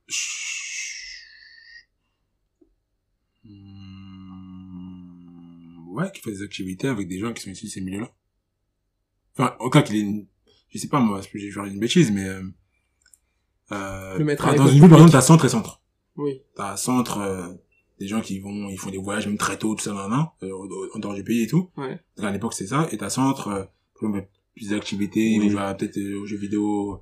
S2: Ouais, qui fait des activités avec des gens qui sont issus de ces milieux-là. Enfin, au cas qu'il ait je sais pas, moi, je vais faire une bêtise, mais,
S3: Le mettre à
S2: dans
S3: l'école
S2: une ville, par
S3: publique.
S2: exemple, t'as centre et centre.
S3: Oui.
S2: T'as centre, des gens qui ils font des voyages même très tôt, tout ça, en dehors du pays et tout.
S3: Ouais.
S2: Donc, à l'époque, c'est ça. Et t'as centre, par exemple, plus d'activités, ils vont jouer peut-être aux jeux vidéo.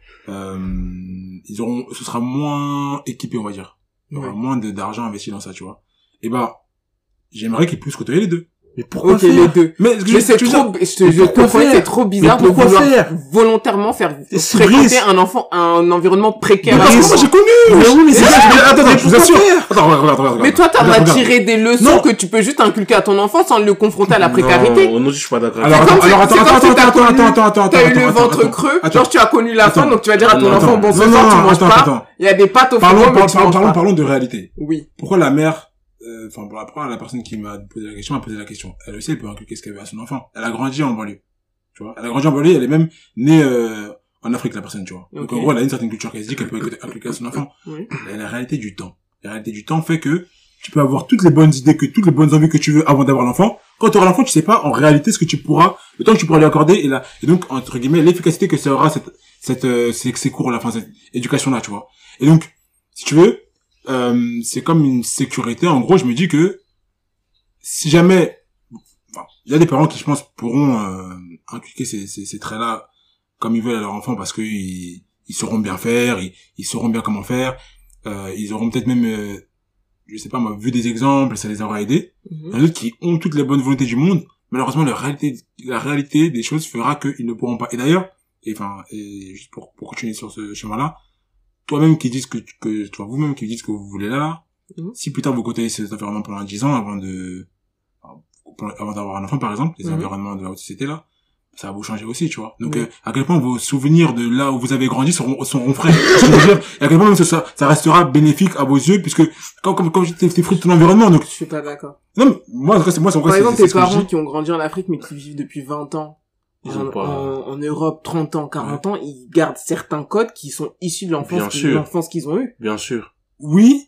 S2: Ce sera moins équipé, on va dire. Il y aura moins d'argent investi dans ça, tu vois. Et bah, j'aimerais qu'ils puissent côtoyer les deux.
S1: Mais pourquoi
S3: Ok,
S1: faire
S3: les deux.
S2: Mais
S3: C'est trop, je
S1: pourquoi
S3: te
S1: faire
S3: c'est trop bizarre de
S1: Mais pourquoi
S3: vouloir
S1: faire
S3: volontairement faire
S1: C'est
S3: fréquenter
S1: Brice.
S3: un environnement précaire.
S2: Mais
S3: à
S2: parce que
S3: l'enfant.
S2: moi, j'ai connu!
S1: Mais oui, mais c'est ça,
S2: Attends, je vous assure. Attends, regarde.
S3: Mais toi, t'en as
S2: Regarde.
S3: tiré des leçons
S2: Non.
S3: que tu peux juste inculquer à ton enfant sans le confronter à la précarité.
S1: Non, je suis pas d'accord.
S2: Alors,
S3: C'est comme
S2: attends,
S3: si- c'est comme si t'as connu-
S2: attends.
S3: T'as eu le ventre creux, genre tu as connu la faim, donc tu vas dire à ton enfant, bon, ce soir, tu manges pas, il y a des pâtes au frigo, mais tu manges pas.
S2: Parlons de réalité.
S3: Oui.
S2: Pourquoi la mère, pourquoi la personne qui m'a posé la question m'a posé la question? Elle aussi, elle peut inculquer ce qu'elle veut à son enfant. Elle a grandi en banlieue. Tu vois? Elle a grandi en banlieue, elle est même née, en Afrique, la personne, tu vois. Donc, en gros, elle a une certaine culture qu'elle se dit qu'elle peut inculquer à son enfant.
S3: Oui.
S2: La réalité du temps. La réalité du temps fait que tu peux avoir toutes les bonnes idées, toutes les bonnes envies que tu veux avant d'avoir l'enfant. Quand tu auras l'enfant, tu sais pas, en réalité, ce que tu pourras, le temps que tu pourras lui accorder et donc, entre guillemets, l'efficacité que ça aura ces cours-là, enfin, cette éducation-là, tu vois. Et donc, si tu veux, c'est comme une sécurité. En gros, je me dis que si jamais, il y a des parents qui, je pense, pourront inculquer ces traits-là comme ils veulent à leur enfant parce que ils sauront bien faire, ils sauront bien comment faire. Ils auront peut-être même, je sais pas moi, vu des exemples, ça les aura aidés. Il y en a d'autres qui ont toutes les bonnes volontés du monde. Malheureusement, la réalité des choses fera qu'ils ne pourront pas. Et d'ailleurs, et juste pour continuer sur ce chemin-là, toi-même qui dises vous-même qui dites que vous voulez là, si plus tard vous côtoyez cet environnement pendant 10 ans avant d'avoir un enfant, par exemple, les environnements de la haute société là, ça va vous changer aussi, tu vois. Donc, à quel point vos souvenirs de là où vous avez grandi seront frais. Ce que je veux dire, et à quel point même ça restera bénéfique à vos yeux, puisque, comme t'es fruit de ton environnement, donc.
S3: Je suis pas d'accord.
S2: Non, mais moi, en tout cas, c'est
S3: Par exemple, tes parents qui ont grandi en Afrique, mais qui vivent depuis 20 ans, en Europe, 30 ans, 40 ans, ils gardent certains codes qui sont issus de l'enfance qu'ils ont eu.
S1: Bien sûr.
S2: Oui.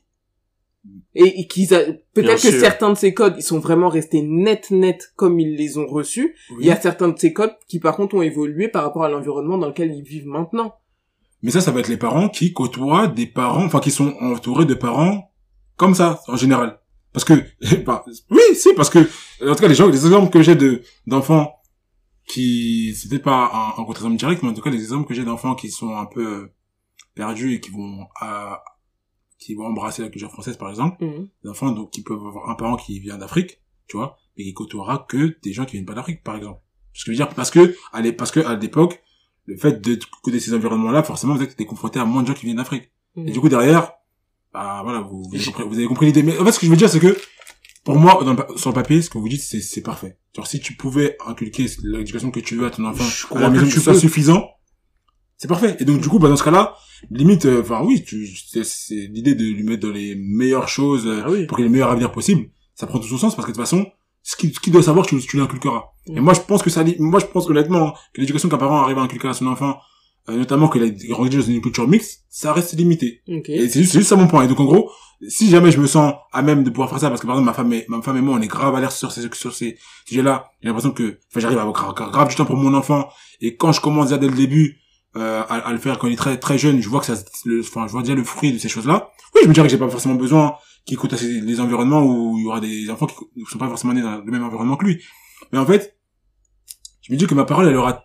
S3: Et peut-être que
S1: sûr.
S3: certains de ces codes, ils sont vraiment restés net comme ils les ont reçus.
S2: Oui.
S3: Il y a certains de ces codes qui, par contre, ont évolué par rapport à l'environnement dans lequel ils vivent maintenant.
S2: Mais ça va être les parents qui côtoient des parents, enfin, qui sont entourés de parents comme ça, en général. Parce que, parce que, en tout cas, les exemples que j'ai d'enfants qui, c'est peut-être pas un contre-exemple direct, mais en tout cas, les exemples que j'ai d'enfants qui sont un peu perdus et qui vont embrasser la culture française, par exemple. Des enfants, donc, qui peuvent avoir un parent qui vient d'Afrique, tu vois, mais qui côtoiera que des gens qui viennent pas d'Afrique, par exemple. Ce que je veux dire, parce que à l'époque, le fait de côtoyer ces environnements-là, forcément, vous êtes confronté à moins de gens qui viennent d'Afrique. Et du coup, derrière, voilà, vous avez compris l'idée. Mais en fait, ce que je veux dire, c'est que, pour moi, sur le papier, ce que vous dites, c'est parfait. Genre, si tu pouvais inculquer l'éducation que tu veux à ton enfant, à la maison, que ce soit suffisant, c'est parfait. Et donc, du coup, dans ce cas-là, limite, c'est l'idée de lui mettre dans les meilleures choses, pour qu'il ait le meilleur avenir possible. Ça prend tout son sens, parce que de toute façon, ce qu'il doit savoir, tu l'inculqueras. Et moi, je pense honnêtement, que l'éducation qu'un parent arrive à inculquer à son enfant, notamment qu'il a grandi dans une culture mixte, ça reste limité. Et c'est juste ça mon point. Et donc, en gros, si jamais je me sens à même de pouvoir faire ça, parce que par exemple, ma femme et moi, on est grave à l'air sur ces sujets-là, j'ai l'impression que, j'arrive à avoir grave du temps pour mon enfant, et quand je commence déjà dès le début, à le faire quand il est très, très jeune, je vois que je vois déjà le fruit de ces choses-là. Oui, je me dirais que j'ai pas forcément besoin qu'il écoute les environnements où il y aura des enfants qui ne sont pas forcément nés dans le même environnement que lui. Mais en fait, je me dis que ma parole, elle aura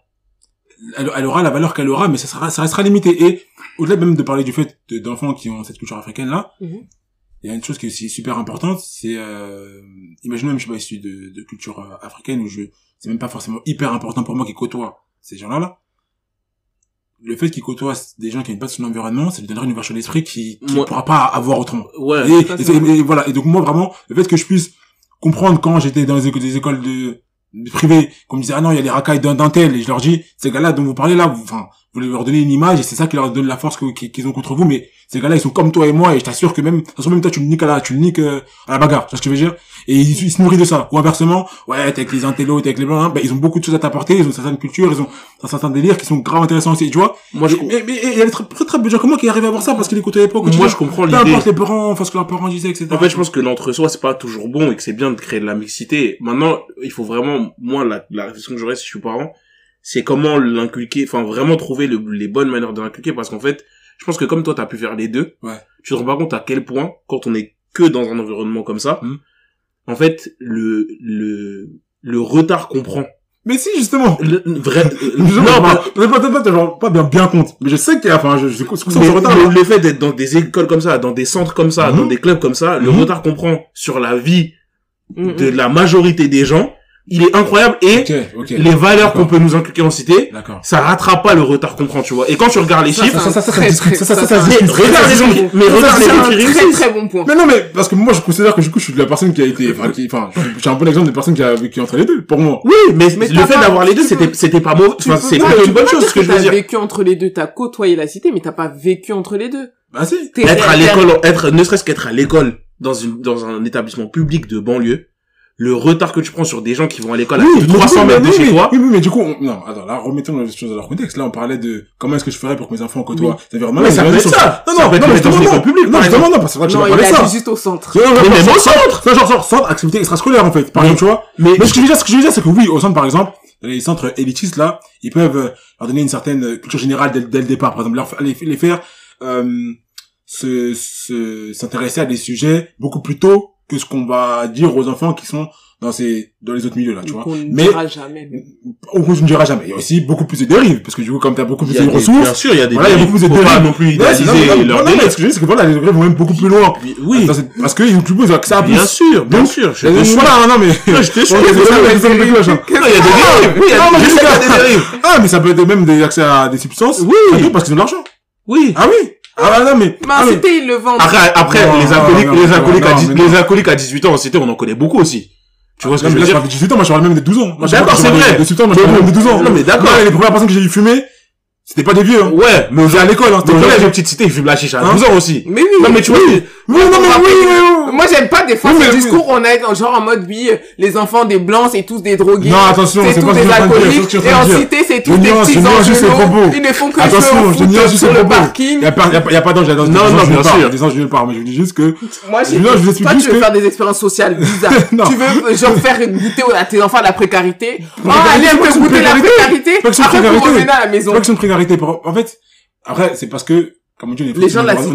S2: la valeur qu'elle aura, mais ça restera limité. Et au-delà même de parler du fait d'enfants qui ont cette culture africaine-là, il y a une chose qui est aussi super importante, c'est, imaginons même, je suis pas issu de culture africaine, où c'est même pas forcément hyper important pour moi qu'ils côtoient ces gens-là. Le fait qu'ils côtoient des gens qui viennent pas de son environnement, ça lui donnera une ouverture d'esprit qui pourra pas avoir autrement.
S1: Ouais.
S2: Et voilà. Et donc, moi, vraiment, le fait que je puisse comprendre quand j'étais dans des écoles de privées, qu'on me disait, ah non, il y a les racailles d'un tel, et je leur dis, ces gars-là dont vous parlez là, vous leur donnez une image, et c'est ça qui leur donne la force qu'ils ont contre vous, mais Ces gars-là, ils sont comme toi et moi, et je t'assure que même, de toute façon, même toi, tu le niques à la bagarre. Tu vois ce que je veux dire? Et ils se nourrissent de ça. Ou inversement, ouais, t'es avec les intellos, t'es avec les blancs, hein, ils ont beaucoup de choses à t'apporter, ils ont certaines cultures, ils ont certains délires qui sont grave intéressants aussi, tu vois?
S1: Moi,
S2: mais il y a des très de gens comme moi qui arrivent à voir ça parce qu'ils les côtoyaient pas au quotidien.
S1: Moi, je comprends l'idée.
S2: Peu importe les parents, enfin, ce que leurs parents disaient, etc.
S1: En fait, je pense que l'entre-soi, c'est pas toujours bon et que c'est bien de créer de la mixité. Maintenant, il faut vraiment, moi, la réflexion que j'aurais si je suis parent, c'est comment l'inculquer, enfin, vraiment trouver les bonnes manières de l'inculquer, parce qu'en fait, je pense que comme toi, t'as pu faire les deux,
S2: ouais.
S1: Tu te rends pas compte à quel point, quand on est que dans un environnement comme ça, en fait, le retard qu'on prend.
S2: Mais si, justement.
S1: Pas
S2: bien compte. Mais je sais qu'il y a, enfin, je
S1: retard. Le fait d'être dans des écoles comme ça, dans des centres comme ça, dans des clubs comme ça, le retard qu'on prend sur la vie de la majorité des gens, il est incroyable et les valeurs qu'on peut nous inculquer en cité, ça rattrape pas le retard qu'on prend, tu vois. Et quand tu regardes les chiffres, regarde les gens, mais regarde les gens qui
S3: très bon point.
S2: Mais non, mais parce que moi je considère que du coup je suis de la personne qui a été, enfin, je suis un bon exemple de personne qui a vécu entre les deux, pour moi.
S1: Oui, mais le fait d'avoir les deux, c'était pas mauvais, enfin, c'est une bonne chose, ce que je veux dire.
S3: T'as vécu entre les deux, t'as côtoyé la cité, mais t'as pas vécu entre les deux.
S2: Bah si.
S1: Être à l'école, ne serait-ce qu'être à l'école, dans un établissement public de banlieue, le retard que tu prends sur des gens qui vont à l'école à 300 mètres de chez toi.
S2: Oui, mais du coup, non, attends, là, remettons les choses dans leur contexte. Là, on parlait de comment est-ce que je ferais pour que mes enfants côtoient des environnements.
S1: Mais ça peut être ça.
S2: Non, mais dans une école publique. Non, justement, non, parce que
S3: non, il a dit juste au centre.
S1: Mais même au centre.
S2: C'est genre, centre, activité extrascolaire, en fait. Par exemple, tu vois. Mais ce que je veux dire, c'est que oui, au centre, par exemple, dans les centres élitistes, là, ils peuvent leur donner une certaine culture générale dès le départ. Par exemple, les faire, s'intéresser à des sujets beaucoup plus tôt que ce qu'on va dire aux enfants qui sont dans les autres milieux là, tu vois.
S3: On ne dira jamais.
S2: On ne dira jamais. Il y a aussi beaucoup plus de dérives parce que du coup comme t'as beaucoup plus de ressources.
S1: Bien sûr, il y a des
S2: voilà, il y a beaucoup plus de dérives.
S1: Pas non plus idéaliser leur délire.
S2: Mais ce que je dis c'est que voilà, les dérives vont même beaucoup plus loin.
S1: Oui.
S2: Parce que YouTube ils ont accès à plus.
S1: Bien sûr.
S2: Voilà, non mais
S1: je te suis.
S2: Il y a des dérives.
S1: Oui, il y a des dérives.
S2: Ah, mais ça peut être même des accès à des substances.
S1: Oui.
S2: Parce qu'ils ont de l'argent.
S1: Oui.
S2: Ah oui. Ah non mais
S3: cité ils le vendent.
S1: Après les alcooliques à 18 ans en cité on en connaît beaucoup aussi. Tu vois ce que je veux dire?
S2: 18 ans, moi je parle même de 12 ans.
S1: D'accord, c'est vrai.
S2: De 18 ans, moi je parle même de 12 ans.
S1: Non mais d'accord.
S2: Les premières personnes que j'ai vu fumer, c'était pas des vieux, hein.
S1: Ouais, mais
S2: à l'école, hein.
S1: C'était collège de petite cité, ils fument la chicha à 12 ans aussi.
S3: Mais oui.
S1: Non mais tu vois.
S2: Oui.
S3: Moi j'aime pas des fois ce discours on est genre en mode oui, les enfants des blancs c'est tous des drogués.
S2: Non, attention, c'est
S3: tous
S2: pas
S3: des alcooliques et en cité c'est tous des petits anges. Ils ne font que jouer sur le parking.
S2: Y a pas d'ange là-dedans.
S1: Non, bien sûr.
S2: Des anges nulle part, mais je dis juste que
S3: moi je toi tu veux faire des expériences sociales bizarres. Tu veux genre faire goûter à tes enfants la précarité. Allez un peu goûter la précarité. Après vous revenez à la maison.
S2: C'est pas que c'est une précarité. En fait, après c'est parce que comme on dit, on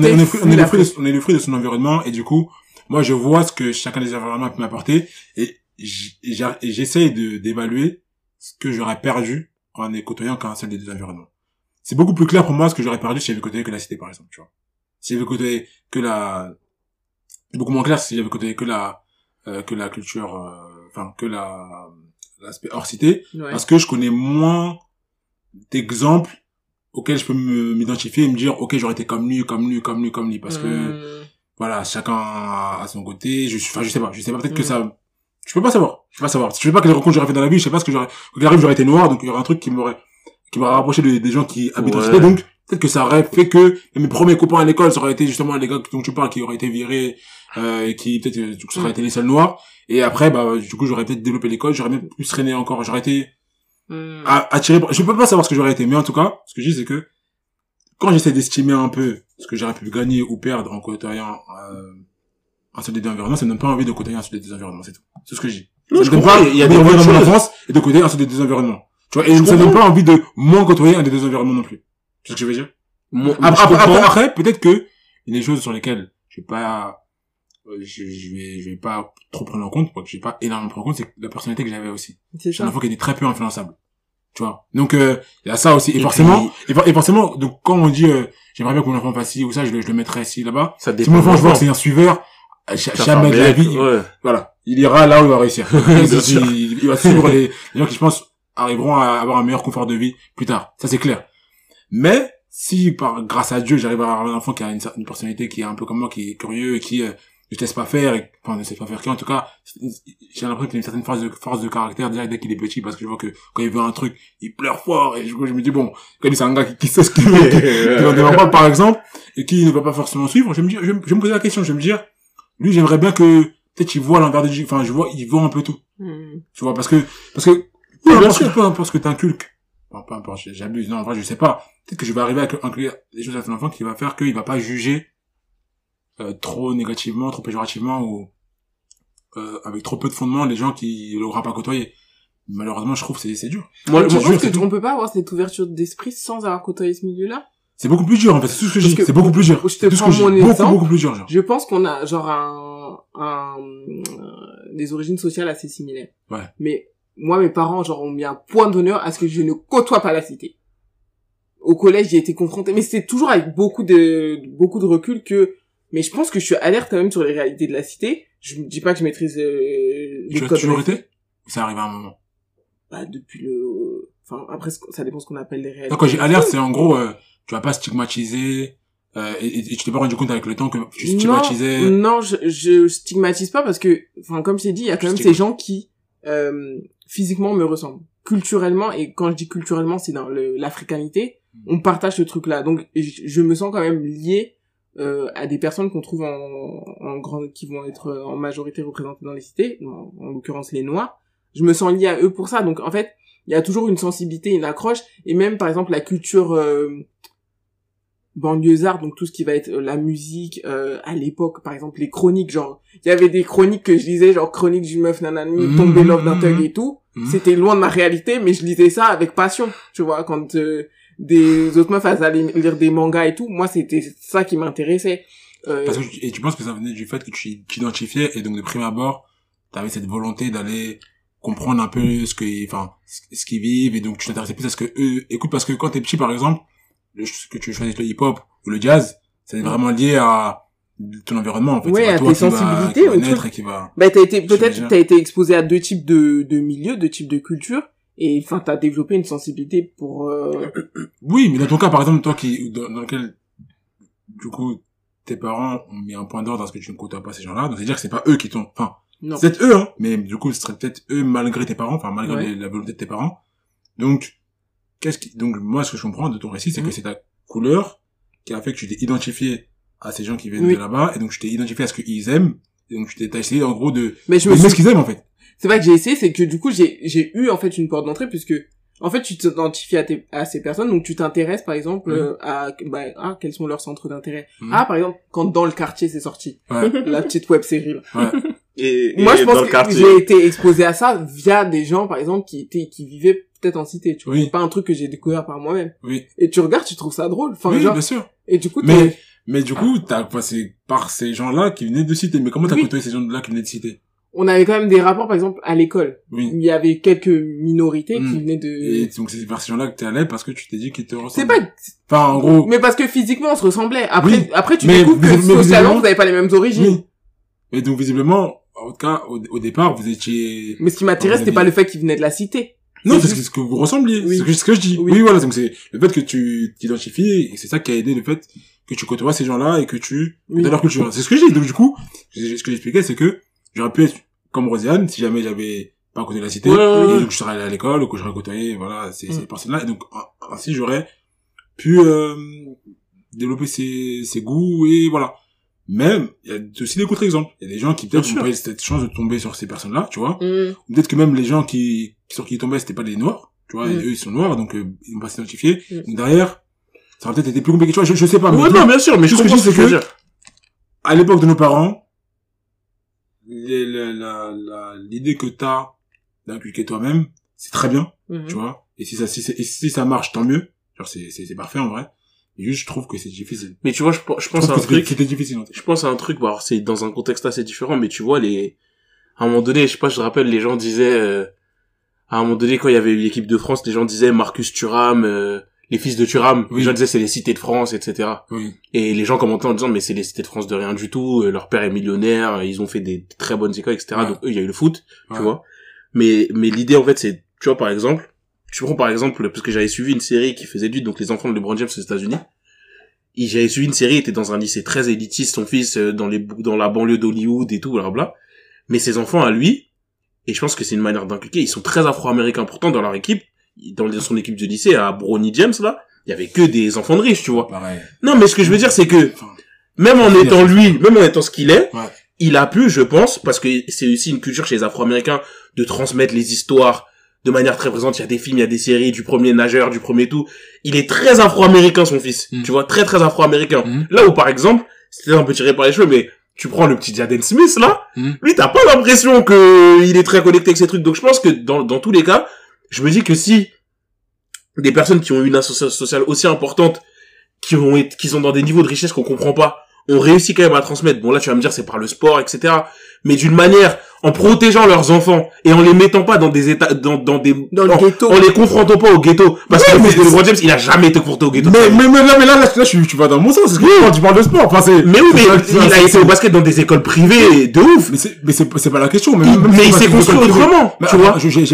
S2: est le fruit de son environnement et du coup, moi je vois ce que chacun des environnements peut m'apporter et j'essaye d'évaluer ce que j'aurais perdu en les côtoyant qu'un seul des deux environnements. C'est beaucoup plus clair pour moi ce que j'aurais perdu si j'avais côtoyé que la cité par exemple, tu vois. Si j'avais côtoyé que c'est beaucoup moins clair si j'avais côtoyé que la culture que l'aspect hors cité parce que je connais moins d'exemples auquel je peux m'identifier et me dire ok j'aurais été comme lui parce que voilà chacun a son côté je sais pas peut-être que ça je peux pas savoir je sais pas quelle rencontre j'aurais fait dans la vie je sais pas ce que j'aurais été noir donc il y aurait un truc qui m'aurait rapproché des gens qui habitent en cité donc peut-être que ça aurait fait que mes premiers copains à l'école ça aurait été justement les gars dont tu parles qui auraient été virés et qui peut-être ça aurait été les seuls noirs et après du coup j'aurais peut-être développé l'école j'aurais même plus traîné encore j'aurais été attiré je peux pas savoir ce que j'aurais été mais en tout cas ce que je dis c'est que quand j'essaie d'estimer un peu ce que j'aurais pu gagner ou perdre en côtoyant un seul des deux environnements ça me donne pas envie de côtoyer un seul des deux environnements c'est tout c'est ce que je dis
S1: je comprends
S2: il y a des environnements dans mon enfance et de côtoyer un seul des deux environnements tu vois et ça me donne pas envie de moins côtoyer un des deux environnements non plus tu sais ce que je veux dire après peut-être que il y a des choses sur lesquelles je vais pas trop prendre en compte, je vais pas énormément prendre en compte, c'est la personnalité que j'avais aussi. C'est ça. Un enfant qui était très peu influençable. Tu vois. Donc, il y a ça aussi. Et forcément, donc, quand on dit, j'aimerais bien que mon enfant fasse ci ou ça, je le mettrais ici, là-bas. Si mon enfant, je vois que c'est un suiveur, jamais de la vie, voilà. Il ira là où il va réussir. Il va suivre les gens qui, je pense, arriveront à avoir un meilleur confort de vie plus tard. Ça, c'est clair. Mais, si grâce à Dieu, j'arrive à avoir un enfant qui a une personnalité qui est un peu comme moi, qui est curieux et qui ne te laisse pas faire, enfin, ne se laisse pas faire, en tout cas, j'ai l'impression qu'il a une certaine force de caractère déjà dès qu'il est petit, parce que je vois que quand il veut un truc, il pleure fort, et je me dis, bon, quand c'est un gars qui sait ce qu'il veut, qui n'en démarre pas, par exemple, et qui ne va pas forcément suivre, je vais me poser la question, je vais me dire, lui, j'aimerais bien que, peut-être, il voit l'envers du, enfin, il voit un peu tout. Tu vois, parce que, peu importe ce que t'inculques, enfin, peu importe, j'abuse, non, en vrai, je sais pas, peut-être que je vais arriver à inclure des choses à ton enfant qui va faire qu'il va pas juger trop négativement, trop péjorativement ou avec trop peu de fondements les gens qui l'aura pas côtoyé. Malheureusement, je trouve que c'est dur.
S3: Moi, je pense que on peut pas avoir cette ouverture d'esprit sans avoir côtoyé ce milieu-là.
S2: C'est beaucoup plus dur en fait, c'est tout ce que je dis, c'est beaucoup plus dur.
S3: Je te prends mon exemple.
S2: Beaucoup plus dur, genre.
S3: Je pense qu'on a des origines sociales assez similaires.
S2: Ouais.
S3: Mais moi, mes parents, ont mis un point d'honneur à ce que je ne côtoie pas la cité. Au collège, j'ai été confrontée, mais c'était toujours avec beaucoup de recul mais je pense que je suis alerte quand même sur les réalités de la cité. Je me dis pas que je maîtrise les codes. Tu as toujours été?
S2: Ça arrive à un moment.
S3: Bah, depuis après, ça dépend ce qu'on appelle les réalités.
S2: Donc, quand j'ai alerte, c'est en gros, tu vas pas stigmatiser, et tu t'es pas rendu compte avec le temps que tu stigmatisais.
S3: Non, je stigmatise pas parce que, comme je t'ai dit, il y a quand même ces gens qui, physiquement me ressemblent. Culturellement, et quand je dis culturellement, c'est dans l'africanité, on partage ce truc-là. Donc, je me sens quand même lié à des personnes qu'on trouve qui vont être en majorité représentées dans les cités, en l'occurrence les Noirs. Je me sens lié à eux pour ça. Donc en fait, il y a toujours une sensibilité, une accroche, et même par exemple la culture banlieusarde, donc tout ce qui va être la musique à l'époque, par exemple les chroniques, il y avait des chroniques que je lisais, chroniques d'une meuf nanani tombée love d'un thug et tout. C'était loin de ma réalité, mais je lisais ça avec passion, tu vois, quand des autres meufs allaient lire des mangas et tout, moi c'était ça qui m'intéressait.
S2: Et tu penses que ça venait du fait que tu t'identifiais, et donc de prime abord t'avais cette volonté d'aller comprendre un peu ce qu'ils vivent, et donc tu t'intéressais plus à ce que eux écoutent, parce que quand t'es petit par exemple, que tu choisisses le hip-hop ou le jazz, c'est vraiment lié à ton environnement en fait.
S3: Ouais, à tes sensibilités, t'as été exposé à deux types de milieux, deux types de cultures. Et t'as développé une sensibilité pour
S2: Oui, mais dans ton cas par exemple, toi dans lequel du coup tes parents ont mis un point d'ordre à ce que tu ne côtoies pas ces gens-là, donc c'est-à-dire que c'est pas eux qui t'ont c'est peut-être eux hein, mais du coup ce serait peut-être eux malgré tes parents, malgré la volonté de tes parents. Donc donc moi ce que je comprends de ton récit, c'est que c'est ta couleur qui a fait que tu t'es identifié à ces gens qui viennent de là-bas, et donc tu t'es identifié à ce qu'ils aiment, et donc t'as essayé en gros de ce qu'ils aiment en fait.
S3: C'est pas que j'ai essayé, c'est que du coup j'ai eu en fait une porte d'entrée, puisque en fait tu t'identifies à ces personnes, donc tu t'intéresses par exemple à quels sont leurs centres d'intérêt. Par exemple quand Dans le quartier c'est sorti, la petite web série là. Et moi je pense que j'ai été exposé à ça via des gens par exemple qui vivaient peut-être en cité, tu vois. C'est pas un truc que j'ai découvert par moi-même. Et tu regardes, tu trouves ça drôle.
S2: Bien sûr.
S3: Et du coup
S2: mais du coup t'as passé par ces gens-là qui venaient de cité. Mais comment t'as côtoyé ces gens-là qui venaient de cité?
S3: On avait quand même des rapports, par exemple, à l'école. Il y avait quelques minorités qui venaient de...
S2: Et donc c'est vers ces gens-là que t'es allé parce que tu t'es dit qu'ils te ressemblaient.
S3: C'est pas...
S2: Enfin, en gros...
S3: Mais parce que physiquement, on se ressemblait. Après tu découvres que socialement, vous n'avez pas les mêmes origines.
S2: Oui. Et donc, visiblement, en tout cas, au départ, vous étiez...
S3: Mais ce qui m'intéresse, c'était pas le fait qu'ils venaient de la cité.
S2: Non, c'est ce que vous ressembliez. C'est ce que je dis. Oui, voilà. Donc c'est le fait que tu t'identifies, et c'est ça qui a aidé le fait que tu côtoies ces gens-là et que tu... dans leur culture. C'est ce que je dis. Donc du coup, ce que j'expliquais, c'est que j'aurais pu être comme Rosiane si jamais j'avais pas côtoyé la cité, et donc je serais allé à l'école, ou que j'aurais côtoyé, voilà, ces personnes-là, et donc ainsi j'aurais pu développer ses goûts, et voilà. Même, il y a aussi des contre-exemples. Il y a des gens qui peut-être n'ont pas eu cette chance de tomber sur ces personnes-là, tu vois. Ou peut-être que même les gens sur qui ils tombaient, c'était pas des noirs, tu vois, et eux ils sont noirs, donc ils n'ont pas s'identifier. Donc derrière, ça aurait peut-être été plus compliqué, tu vois, je sais pas.
S1: Ouais, non, bien sûr, mais
S2: ce que je dis, c'est que, à l'époque de nos parents, l'idée que t'as d'inculquer toi-même, c'est très bien, tu vois. Et si ça marche, tant mieux. Genre, c'est parfait, en vrai. Mais juste, je trouve que c'est difficile.
S1: Mais tu vois, je pense à un truc.
S2: C'était difficile, en fait.
S1: Je pense à un truc, bon, alors c'est dans un contexte assez différent, mais tu vois, à un moment donné, je sais pas, je te rappelle, les gens disaient, à un moment donné, quand il y avait eu l'équipe de France, les gens disaient Marcus Thuram, les fils de Thuram, les gens disaient c'est les cités de France, etc. Et les gens commentaient en disant mais c'est les cités de France de rien du tout, leur père est millionnaire, ils ont fait des très bonnes écoles, etc. Donc eux, il y a eu le foot, tu vois. Mais l'idée, en fait, c'est, tu vois, par exemple, tu prends par exemple, parce que j'avais suivi une série qui faisait donc les enfants de LeBron James aux États-Unis. J'avais suivi une série, il était dans un lycée très élitiste, son fils, dans la banlieue d'Hollywood et tout, blablabla. Mais ses enfants à lui, et je pense que c'est une manière d'inculquer, ils sont très afro-américains. Pourtant, dans leur équipe, dans son équipe de lycée, à Bronny James, là, il y avait que des enfants de riches, tu vois.
S2: Pareil.
S1: Non, mais ce que je veux dire, c'est que, même en étant ce qu'il est, il a pu, je pense, parce que c'est aussi une culture chez les Afro-Américains de transmettre les histoires de manière très présente. Il y a des films, il y a des séries, du premier nageur, du premier tout. Il est très Afro-Américain, son fils. Tu vois, très très Afro-Américain. Là où, par exemple, c'était un peu tiré par les cheveux, mais tu prends le petit Jaden Smith, là, lui, t'as pas l'impression que il est très connecté avec ces trucs. Donc, je pense que dans tous les cas, je me dis que si des personnes qui ont une association sociale aussi importante, qui sont dans des niveaux de richesse qu'on comprend pas, ont réussi quand même à transmettre. Bon, là, tu vas me dire, c'est par le sport, etc. Mais d'une manière, en protégeant leurs enfants et en les mettant pas dans des états, dans le ghetto. En les confrontant pas au ghetto. Parce que LeBron James, il a jamais été confronté au ghetto.
S2: Mais là, tu vas dans mon sens. Parce que quand tu parles de sport, enfin,
S1: mais oui, mais il a été au basket dans des écoles privées de ouf.
S2: Mais c'est pas la question. Mais
S1: il s'est construit autrement. Tu vois.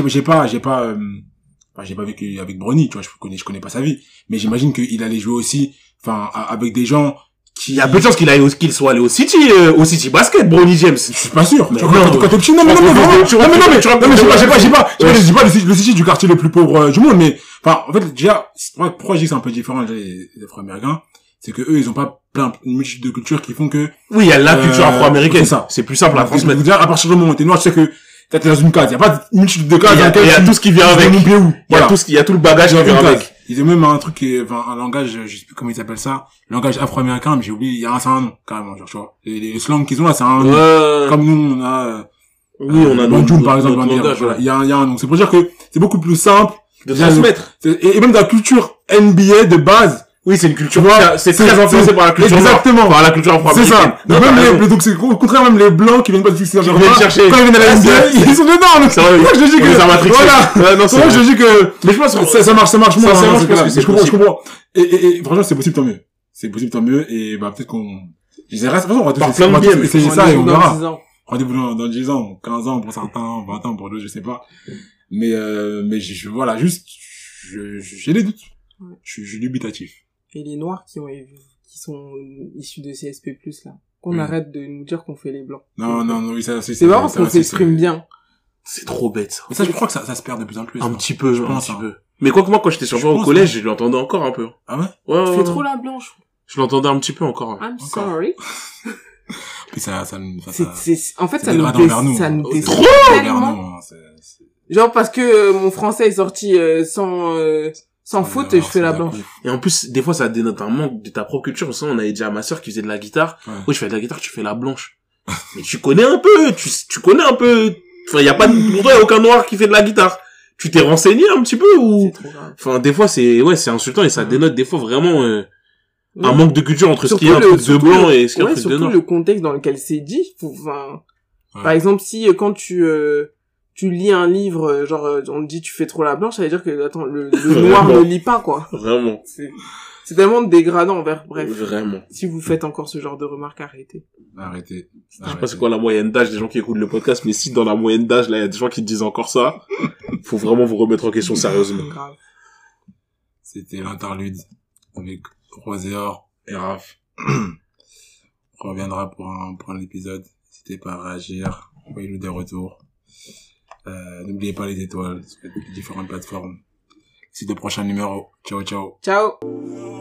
S2: J'ai pas vécu avec Bronny, tu vois, je connais pas sa vie. Mais j'imagine qu'il allait jouer aussi, enfin, avec des gens qui...
S1: Il y a peu de chances qu'il soit allé au City Basket, Bronny James.
S2: Je suis pas sûr.
S1: Mais
S2: tu vois, quand t'es petit, non, mais j'ai pas, je dis pas le City du quartier le plus pauvre du monde, mais, enfin, en fait, déjà, pourquoi je dis que c'est un peu différent, les Afro-Américains, c'est que eux, ils ont pas une multitude de cultures qui font que...
S1: Oui, il y a la culture afro-américaine.
S2: C'est ça.
S1: C'est plus simple à transmettre.
S2: Déjà, à partir du moment où t'es noir, tu sais que t'es dans une case. Il y a pas une multitude de cases.
S1: Il y a tout ce qui vient avec. Il y a tout le bagage qui vient avec.
S2: Ils ont même un truc un langage, je sais plus comment ils appellent ça, langage afro-américain, mais j'ai oublié, il y a un nom, carrément, genre, tu vois. Les slangs qu'ils ont là, c'est un nom. Comme nous, on a,
S1: on a
S2: Banjoun, par exemple, voilà. Il y a un nom. C'est pour dire que c'est beaucoup plus simple.
S1: De transmettre.
S2: Et même dans la culture NBA de base.
S1: Oui, c'est une culture, c'est très influencé par la culture.
S2: Exactement.
S1: Par la culture afro-américaine.
S2: C'est ça. Donc même donc c'est au contraire, même les blancs qui viennent pas de fixer
S1: qui viennent chercher.
S2: Quand ils viennent à la NBA, ils sont dedans, donc.
S1: C'est vrai.
S2: Moi, je dis que,
S1: voilà.
S2: Non, c'est vrai, je dis que,
S1: mais je pense
S2: que ça marche moins.
S1: Je
S2: comprends. Et franchement, c'est possible, tant mieux. C'est possible, tant mieux. Et bah, peut-être qu'on, de toute façon, on va tous essayer ça et on verra. Rendez-vous dans 10 ans, 15 ans pour certains, 20 ans pour d'autres, je sais pas. Mais voilà, juste, j'ai des doutes. Je suis dubitatif.
S3: Et les noirs qui sont issus de CSP+, là. Qu'on arrête de nous dire qu'on fait les blancs.
S2: Non, oui, ça,
S3: c'est pas parce qu'on s'exprime bien.
S1: C'est trop bête, ça.
S2: Mais ça, je crois que ça se perd de plus en plus.
S1: Un petit peu, je pense, un petit peu. Mais quoi que moi, quand j'étais sur au collège, je l'entendais encore un peu.
S2: Ah ouais?
S3: Ouais. Tu fais trop la blanche.
S1: Je l'entendais un petit peu encore.
S3: I'm sorry.
S2: Puis ça
S3: en fait, ça nous
S2: trop
S3: tellement. Genre parce que mon français est sorti sans faute, je fais la blanche.
S1: Et en plus, des fois, ça dénote un manque de ta propre culture. On avait dit à ma sœur qui faisait de la guitare. Ouais. Oui, je fais de la guitare, tu fais la blanche. Mais tu connais un peu, tu connais un peu. Enfin, y a pas, pour toi, y a aucun noir qui fait de la guitare. Tu t'es renseigné un petit peu ou? Enfin, des fois, c'est insultant et ça dénote des fois vraiment, un manque de culture entre ce qui est un truc de blanc et ce qui est un truc de noir.
S3: Surtout le contexte dans lequel c'est dit. Par exemple, si, quand tu lis un livre, genre, on te dit tu fais trop la blanche, ça veut dire que, attends, le noir ne lit pas, quoi.
S1: Vraiment.
S3: C'est tellement dégradant, bref.
S1: Vraiment.
S3: Si vous faites encore ce genre de remarques, arrêtez.
S1: Je sais pas c'est quoi la moyenne d'âge des gens qui écoutent le podcast, mais si dans la moyenne d'âge, là, il y a des gens qui disent encore ça, faut vraiment vous remettre en question sérieusement.
S3: Grave.
S2: C'était l'interlude avec Roséor et Raph. On reviendra pour un épisode. N'hésitez pas à réagir. Envoyez-nous des retours. N'oubliez pas les étoiles sur les différentes plateformes. C'est le prochain numéro. Ciao.
S3: Ciao.